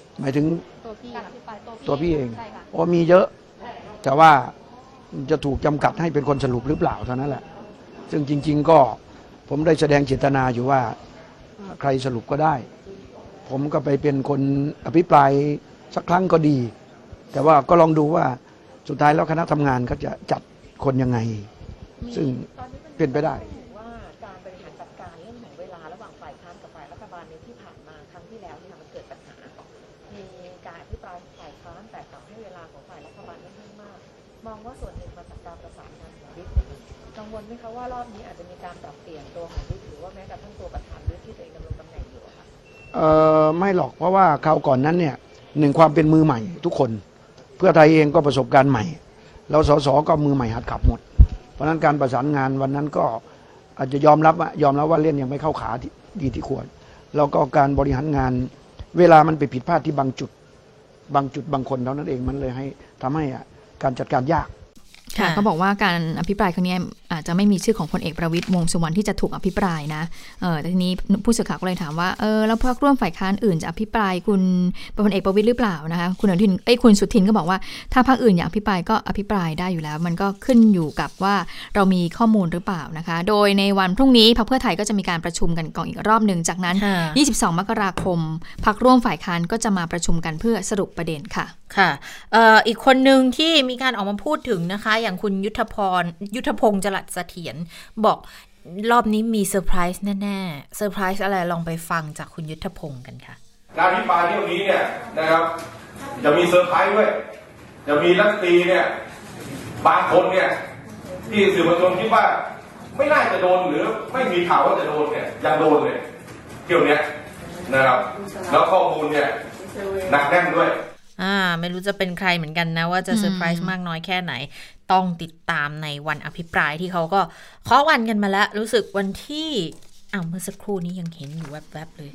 หมายถึงตัวพี่เองโอ้มีเยอะแต่ว่าจะถูกจำกัดให้เป็นคนสรุปหรือเปล่าเท่านั้นแหละซึ่งจริงๆก็ผมได้แสดงเจตนาอยู่ว่าใครสรุปก็ได้ผมก็ไปเป็นคนอภิปรายสักครั้งก็ดีแต่ว่าก็ลองดูว่าสุดท้ายแล้วคณะทำงานก็จะจัดคนยังไงซึ่งเป็นไปได้ว่าการบริหารจัดการเรื่องของเวลาระหว่างฝ่ายค้านกับฝ่ายรัฐบาลในที่ผ่านมาครั้งที่แล้วเนี่ยมันเกิดปัญหามีการอภิปรายฝ่ายค้านแต่กลับให้เวลาของฝ่ายรัฐบาลไม่มากมองว่าส่วนหนึ่งมาจากการประสานงานของวิปกังวลไหมคะว่ารอบนี้อาจจะมีการปรับเปลี่ยนตัวของวิปหรือว่าแม้กระทั่งตัวประธานวิปที่ตัวเองดำรงตำแหน่งอยู่ค่ะไม่หรอกเพราะว่าคราวก่อนนั้นเนี่ยหนึ่งความเป็นมือใหม่ทุกคนเพื่อไทยเองก็ประสบการณ์ใหม่แล้วสสก็มือใหม่หัดขับหมดเพราะนั้นการประสานงานวันนั้นก็อาจจะยอมรับว่าเล่นยังไม่เข้าขาดีที่ควรแล้วก็การบริหารงานเวลามันไปผิดพลาดที่บางจุดบางคนเท่านั้นเองมันเลยให้ทำให้การจัดการยากค่ะเขาบอกว่าการอภิปรายครั้งนี้อาจจะไม่มีชื่อของพลเอกประวิตรวงษ์สุวรรณที่จะถูกอภิปรายนะแต่ทีนี้ผู้สื่อข่าวก็เลยถามว่าแล้วพรรคร่วมฝ่ายค้านอื่นจะอภิปรายคุณพลเอกประวิตรหรือเปล่านะคะคุณสุทินก็บอกว่าถ้าพรรคอื่นอยากอภิปรายก็อภิปรายได้อยู่แล้วมันก็ขึ้นอยู่กับว่าเรามีข้อมูลหรือเปล่านะคะโดยในวันพรุ่งนี้พรรคเพื่อไทยก็จะมีการประชุมกันก่อนอีกรอบนึงจากนั้น22มกราคมพรรคร่วมฝ่ายค้านก็จะมาประชุมกันเพื่อสรุปประเด็นค่ะค่ะอีกคนหนึ่งที่มีการออกมาพูดถึงนะคะอย่างคุณยุทธพงษ์จรัสเสถียรบอกรอบนี้มีเซอร์ไพรส์แน่ๆเซอร์ไพรส์อะไรลองไปฟังจากคุณยุทธพงษ์กันค่ะการอภิปรายเรื่องนี้เนี่ยนะครับจะมีเซอร์ไพรส์ด้วยจะมีรัฐมนตรีเนี่ยบางคนเนี่ยที่สื่อมวลชนคิดว่าไม่น่าจะโดนหรือไม่มีข่าวว่าจะโดนเนี่ยยังโดนเลยเที่ยวนี้นะครับแล้วข้อมูลเนี่ยหนักแน่นด้วยไม่รู้จะเป็นใครเหมือนกันนะว่าจะเซอร์ไพรส์มากน้อยแค่ไหนต้องติดตามในวันอภิปรายที่เขาก็เคาะวันกันมาแล้วรู้สึกวันที่เมื่อสักครู่นี้ยังเห็นอยู่แวบๆเลย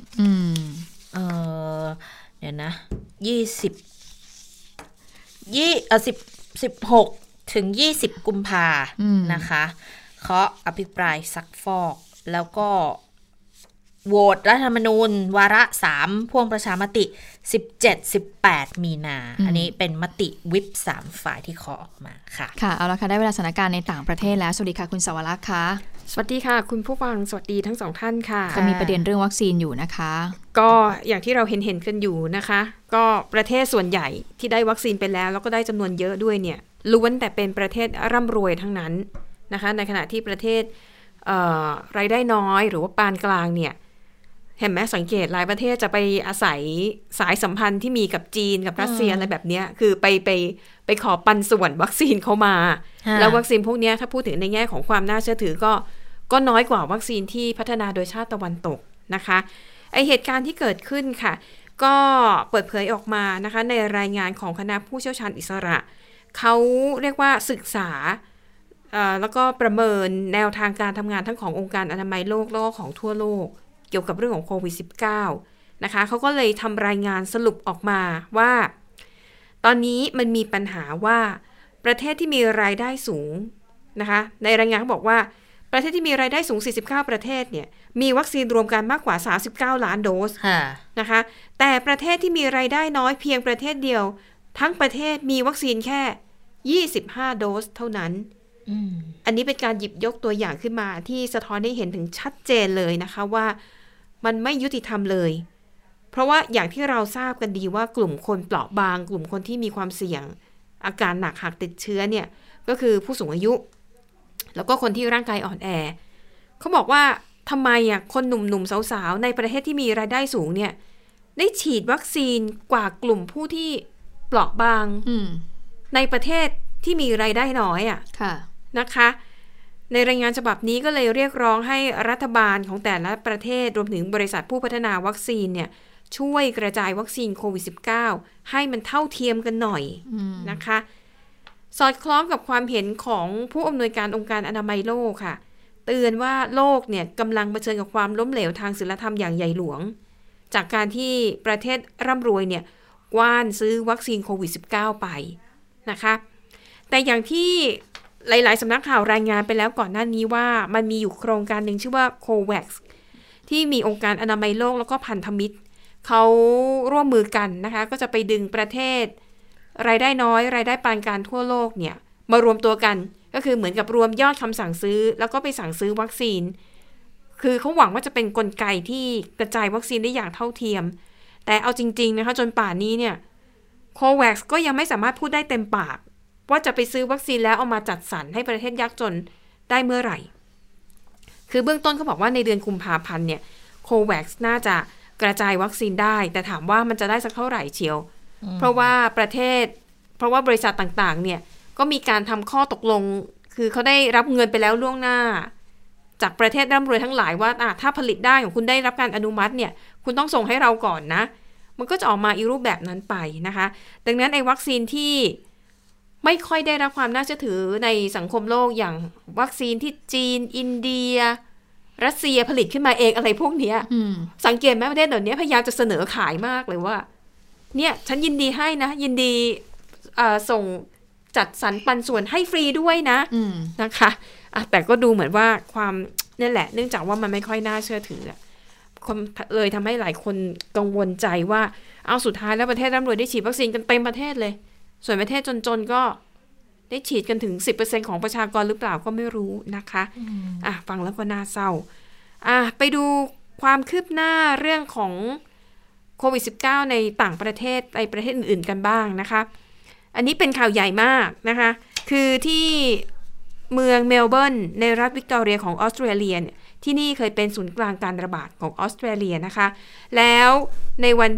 เดี๋ยวนะ16ถึง20กุมภานะคะเคาะอภิปรายซักฟอกแล้วก็โหวตรัฐธรรมนูญวาระ3พ่วงประชามติ 17-18 มีนาอันนี้เป็นมติวิป3ฝ่ายที่ขอออกมาค่ะค่ะเอาละค่ะได้เวลาสถานการณ์ในต่างประเทศแล้วสวัสดีค่ะคุณสวรักษ์ค่ะสวัสดีค่ะคุณผู้ฟังสวัสดีทั้งสองท่านค่ะก็มีประเด็นเรื่องวัคซีนอยู่นะคะก็อย่างที่เราเห็นกันอยู่นะคะก็ประเทศส่วนใหญ่ที่ได้วัคซีนไปแล้วก็ได้จำนวนเยอะด้วยเนี่ยล้วนแต่เป็นประเทศร่ำรวยทั้งนั้นนะคะในขณะที่ประเทศรายได้น้อยหรือว่าปานกลางเนี่ยเห็นไหมสังเกตหลายประเทศจะไปอาศัยสายสัมพันธ์ที่มีกับจีนกับรัสเซียอะไรแบบนี้คือไปขอปันส่วนวัคซีนเข้ามาแล้ววัคซีนพวกนี้ถ้าพูดถึงในแง่ของความน่าเชื่อถือก็น้อยกว่าวัคซีนที่พัฒนาโดยชาติตะวันตกนะคะไอเหตุการณ์ที่เกิดขึ้นค่ะก็เปิดเผยออกมานะคะในรายงานของคณะผู้เชี่ยวชาญอิสระเขาเรียกว่าศึกษาแล้วก็ประเมินแนวทางการทำงานทั้งขององค์การอนามัยโลกแล้วก็ของทั่วโลกเกี่ยวกับเรื่องของโควิด -19 นะคะเขาก็เลยทำรายงานสรุปออกมาว่าตอนนี้มันมีปัญหาว่าประเทศที่มีรายได้สูงนะคะในรายงานเขาบอกว่าประเทศที่มีรายได้สูง49ประเทศเนี่ยมีวัคซีนรวมกันมากกว่า39ล้านโดสนะคะแต่ประเทศที่มีรายได้น้อยเพียงประเทศเดียวทั้งประเทศมีวัคซีนแค่25โดสเท่านั้นอันนี้เป็นการหยิบยกตัวอย่างขึ้นมาที่สะท้อนให้เห็นถึงชัดเจนเลยนะคะว่ามันไม่ยุติธรรมเลยเพราะว่าอย่างที่เราทราบกันดีว่ากลุ่มคนเปราะบางกลุ่มคนที่มีความเสี่ยงอาการหนักหากติดเชื้อเนี่ยก็คือผู้สูงอายุแล้วก็คนที่ร่างกายอ่อนแอเขาบอกว่าทำไมคนหนุ่มๆสาวๆในประเทศที่มีรายได้สูงเนี่ยได้ฉีดวัคซีนกว่ากลุ่มผู้ที่เปราะบางในประเทศที่มีรายได้น้อยนะคะในรายงานฉบับนี้ก็เลยเรียกร้องให้รัฐบาลของแต่ละประเทศรวมถึงบริษัทผู้พัฒนาวัคซีนเนี่ยช่วยกระจายวัคซีนโควิด -19 ให้มันเท่าเทียมกันหน่อยนะคะสอดคล้องกับความเห็นของผู้อำนวยการองค์การอนามัยโลกค่ะเตือนว่าโลกเนี่ยกำลังเผชิญกับความล้มเหลวทางศีลธรรมอย่างใหญ่หลวงจากการที่ประเทศร่ำรวยเนี่ยกว้านซื้อวัคซีนโควิด -19 ไปนะคะแต่อย่างที่หลายๆสำนักข่าวรายงานไปแล้วก่อนหน้านี้ว่ามันมีอยู่โครงการหนึ่งชื่อว่า COVAX ที่มีองค์การอนามัยโลกแล้วก็พันธมิตรเขาร่วมมือกันนะคะก็จะไปดึงประเทศรายได้น้อยรายได้ปานกลางทั่วโลกเนี่ยมารวมตัวกันก็คือเหมือนกับรวมยอดคำสั่งซื้อแล้วก็ไปสั่งซื้อวัคซีนคือเขาหวังว่าจะเป็นกลไกที่กระจายวัคซีนได้อย่างเท่าเทียมแต่เอาจริงๆนะคะจนป่านนี้เนี่ยโควัคก็ยังไม่สามารถพูดได้เต็มปากว่าจะไปซื้อวัคซีนแล้วเอามาจัดสรรให้ประเทศยากจนได้เมื่อไหร่คือเบื้องต้นเขาบอกว่าในเดือนกุมภาพันธ์เนี่ยโควัคน่าจะกระจายวัคซีนได้แต่ถามว่ามันจะได้สักเท่าไหร่เชียวเพราะว่าบริษัทต่างๆเนี่ยก็มีการทำข้อตกลงคือเขาได้รับเงินไปแล้วล่วงหน้าจากประเทศร่ำรวยทั้งหลายว่าถ้าผลิตได้ของคุณได้รับการอนุมัติเนี่ยคุณต้องส่งให้เราก่อนนะมันก็จะออกมาอีรูปแบบนั้นไปนะคะดังนั้นไอ้วัคซีนที่ไม่ค่อยได้รับความน่าเชื่อถือในสังคมโลกอย่างวัคซีนที่จีนอินเดียรัสเซียผลิตขึ้นมาเองอะไรพวกนี้สังเกตไหมประเทศเหล่านี้พยายามจะเสนอขายมากเลยว่าเนี่ยฉันยินดีให้นะยินดีส่งจัดสรรปันส่วนให้ฟรีด้วยนะนะคะแต่ก็ดูเหมือนว่าความนี่แหละเนื่องจากว่ามันไม่ค่อยน่าเชื่อถือเลยทำให้หลายคนกังวลใจว่าเอาสุดท้ายแล้วประเทศร่ำรวยได้ฉีดวัคซีนกันเต็มประเทศเลยส่วนประเทศจนๆก็ได้ฉีดกันถึง 10% ของประชากรหรือเปล่าก็ไม่รู้นะคะฟังแล้วก็น่าเศร้าไปดูความคืบหน้าเรื่องของโควิด -19 ในต่างประเทศในประเทศอื่นๆกันบ้างนะคะอันนี้เป็นข่าวใหญ่มากนะคะคือที่เมืองเมลเบิร์นในรัฐวิกตอเรียของออสเตรเลียที่นี่เคยเป็นศูนย์กลางการระบาดของออสเตรเลียนะคะแล้วในวัน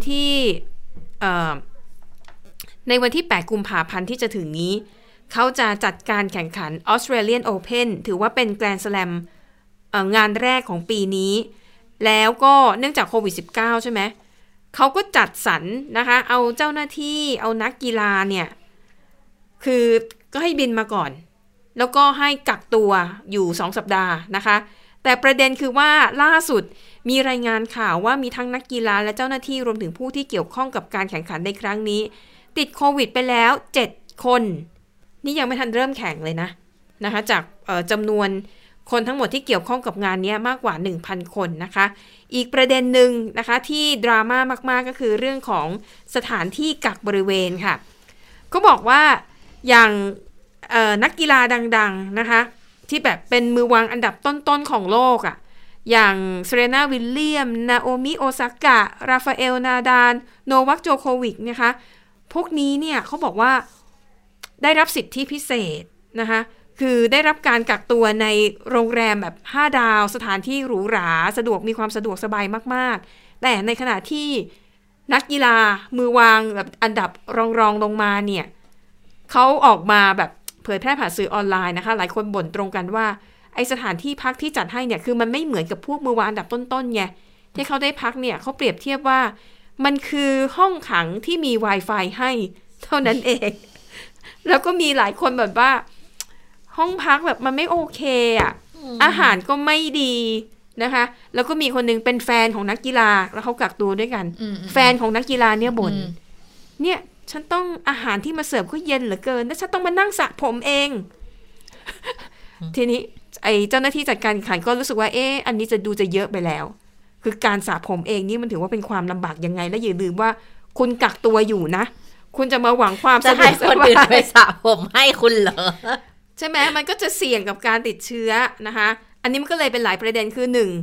ที่8กุมภาพันธ์ที่จะถึงนี้เขาจะจัดการแข่งขัน Australian Open ถือว่าเป็นแกรนด์สแลมงานแรกของปีนี้แล้วก็เนื่องจากโควิด -19 ใช่ไหมเขาก็จัดสรรนะคะเอาเจ้าหน้าที่เอานักกีฬาเนี่ยคือก็ให้บินมาก่อนแล้วก็ให้กักตัวอยู่2สัปดาห์นะคะแต่ประเด็นคือว่าล่าสุดมีรายงานข่าวว่ามีทั้งนักกีฬาและเจ้าหน้าที่รวมถึงผู้ที่เกี่ยวข้องกับการแข่งขันในครั้งนี้ติดโควิดไปแล้ว7คนนี่ยังไม่ทันเริ่มแข่งเลยนะคะจากจำนวนคนทั้งหมดที่เกี่ยวข้องกับงานนี้มากกว่า 1,000 คนนะคะอีกประเด็นหนึ่งนะคะที่ดราม่ามากๆก็คือเรื่องของสถานที่กักบริเวณค่ะก็บอกว่าอย่างนักกีฬาดังๆนะคะที่แบบเป็นมือวางอันดับต้นๆของโลกอย่างเซเรนาวิลเลียมนาโอมิโอซากะราฟาเอลนาดาลโนวัคโจโควิกนะคะพวกนี้เนี่ยเขาบอกว่าได้รับสิทธิพิเศษนะคะคือได้รับการกักตัวในโรงแรมแบบ5ดาวสถานที่หรูหรามีความสะดวกสบายมากๆแต่ในขณะที่นักกีฬามือวางแบบอันดับรองลงมาเนี่ยเขาออกมาแบบเผยแพร่ผ่านสื่อออนไลน์นะคะหลายคนบ่นตรงกันว่าไอสถานที่พักที่จัดให้เนี่ยคือมันไม่เหมือนกับพวกมือวางอันดับต้นๆไงที่เขาได้พักเนี่ยเขาเปรียบเทียบว่ามันคือห้องขังที่มี Wi-Fi ให้เท่านั้นเองแล้วก็มีหลายคนแบบว่าห้องพักแบบมันไม่โอเคอาหารก็ไม่ดีนะคะแล้วก็มีคนนึงเป็นแฟนของนักกีฬาแล้วเขากักตัวด้วยกันแฟนของนักกีฬาเนี่ยบ่นเนี่ยฉันต้องอาหารที่มาเสิร์ฟก็เย็นเหลือเกินแล้วฉันต้องมานั่งสระผมเอง ทีนี้ไอ้เจ้าหน้าที่จัดการแข่งขันก็รู้สึกว่าอันนี้จะเยอะไปแล้วคือการสระผมเองนี่มันถือว่าเป็นความลำบากยังไงและอย่าลืมว่าคุณกักตัวอยู่นะคุณจะมาหวังความสะดวกสบายจะให้คนอื่นไปสระผมให้คุณเหรอใช่ไหมมันก็จะเสี่ยงกับการติดเชื้อนะคะอันนี้มันก็เลยเป็นหลายประเด็นคือ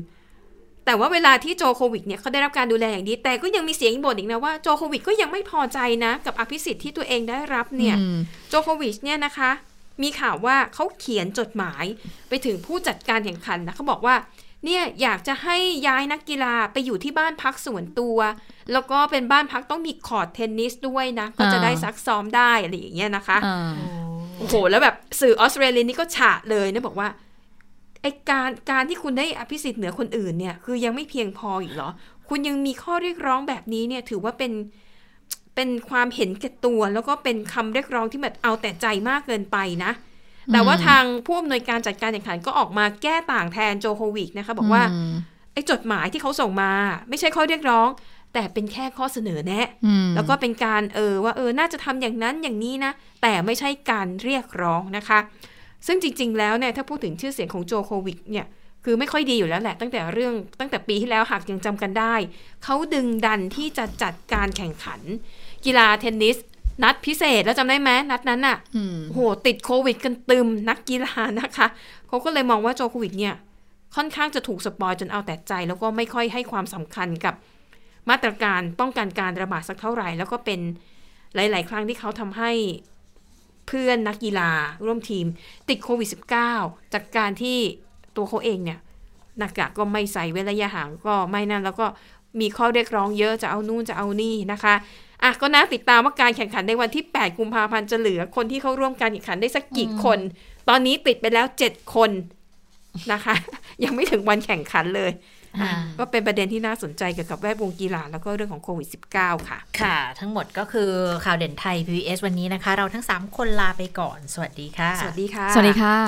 1แต่ว่าเวลาที่โจโควิดเนี่ยเขาได้รับการดูแลอย่างดีแต่ก็ยังมีเสียงบ่นอีกนะว่าโจโควิดก็ยังไม่พอใจนะกับอภิสิทธิ์ที่ตัวเองได้รับเนี่ยโจโควิดเนี่ยนะคะมีข่าวว่าเขาเขียนจดหมายไปถึงผู้จัดการแข่งขันนะเขาบอกว่าเนี่ยอยากจะให้ย้ายนักกีฬาไปอยู่ที่บ้านพักส่วนตัวแล้วก็เป็นบ้านพักต้องมีคอร์ตเทนนิสด้วยนะก็จะได้ซักซ้อมได้อะไรอย่างเงี้ยนะคะโอ้โหแล้วแบบสื่อออสเตรเลียนี่ก็ฉะเลยนะบอกว่าไอ้การที่คุณได้อภิสิทธิ์เหนือคนอื่นเนี่ยคือยังไม่เพียงพออีกเหรอคุณยังมีข้อเรียกร้องแบบนี้เนี่ยถือว่าเป็นความเห็นแก่ตัวแล้วก็เป็นคำเรียกร้องที่แบบเอาแต่ใจมากเกินไปนะแต่ว่าทางผู้อำนวยการจัดการแข่งขันก็ออกมาแก้ต่างแทนโจโควิกนะคะบอกว่าไอ้จดหมายที่เขาส่งมาไม่ใช่ข้อเรียกร้องแต่เป็นแค่ข้อเสนอแนะแล้วก็เป็นการว่าน่าจะทำอย่างนั้นอย่างนี้นะแต่ไม่ใช่การเรียกร้องนะคะซึ่งจริงๆแล้วเนี่ยถ้าพูดถึงชื่อเสียงของโจโควิกเนี่ยคือไม่ค่อยดีอยู่แล้วแหละตั้งแต่ปีที่แล้วหากยังจำกันได้เขาดึงดันที่จะจัดการแข่งขันกีฬาเทนนิสนัดพิเศษแล้วจำได้ไหมนัดนั้นน่ะโหติดโควิดกันตึมนักกีฬานะคะเขาก็เลยมองว่าโจโควิดเนี่ยค่อนข้างจะถูกสปอยจนเอาแต่ใจแล้วก็ไม่ค่อยให้ความสำคัญกับมาตรการป้องกันการระบาดสักเท่าไหร่แล้วก็เป็นหลายๆครั้งที่เขาทำให้เพื่อนนักกีฬาร่วมทีมติดโควิด -19 จากการที่ตัวเขาเองเนี่ยหน้ากากก็ไม่ใส่เว้นระยะห่างก็ไม่นั่นแล้วก็มีข้อเรียกร้องเยอะจะเอานู่นจะเอานี่นะคะอ่ะก็น่าติดตามว่าการแข่งขันในวันที่8กุมภาพันธ์จะเหลือคนที่เข้าร่วมการแข่งขันได้สักกี่คนตอนนี้ติดไปแล้ว7คนนะคะยังไม่ถึงวันแข่งขันเลยก็เป็นประเด็นที่น่าสนใจเกี่ยวกับแวดวงกีฬาแล้วก็เรื่องของโควิด -19 ค่ะค่ะทั้งหมดก็คือข่าวเด่นไทย PBS วันนี้นะคะเราทั้ง3คนลาไปก่อนสวัสดีค่ะสวัสดีค่ะสวัสดีค่ะ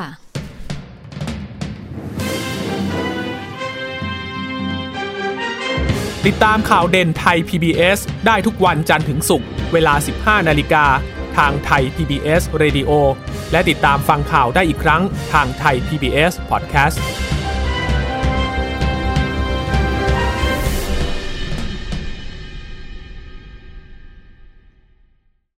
ติดตามข่าวเด่นไทย PBS ได้ทุกวันจันทร์ถึงศุกร์เวลา 15 นาฬิกาทางไทย PBS Radio และติดตามฟังข่าวได้อีกครั้งทางไทย PBS Podcast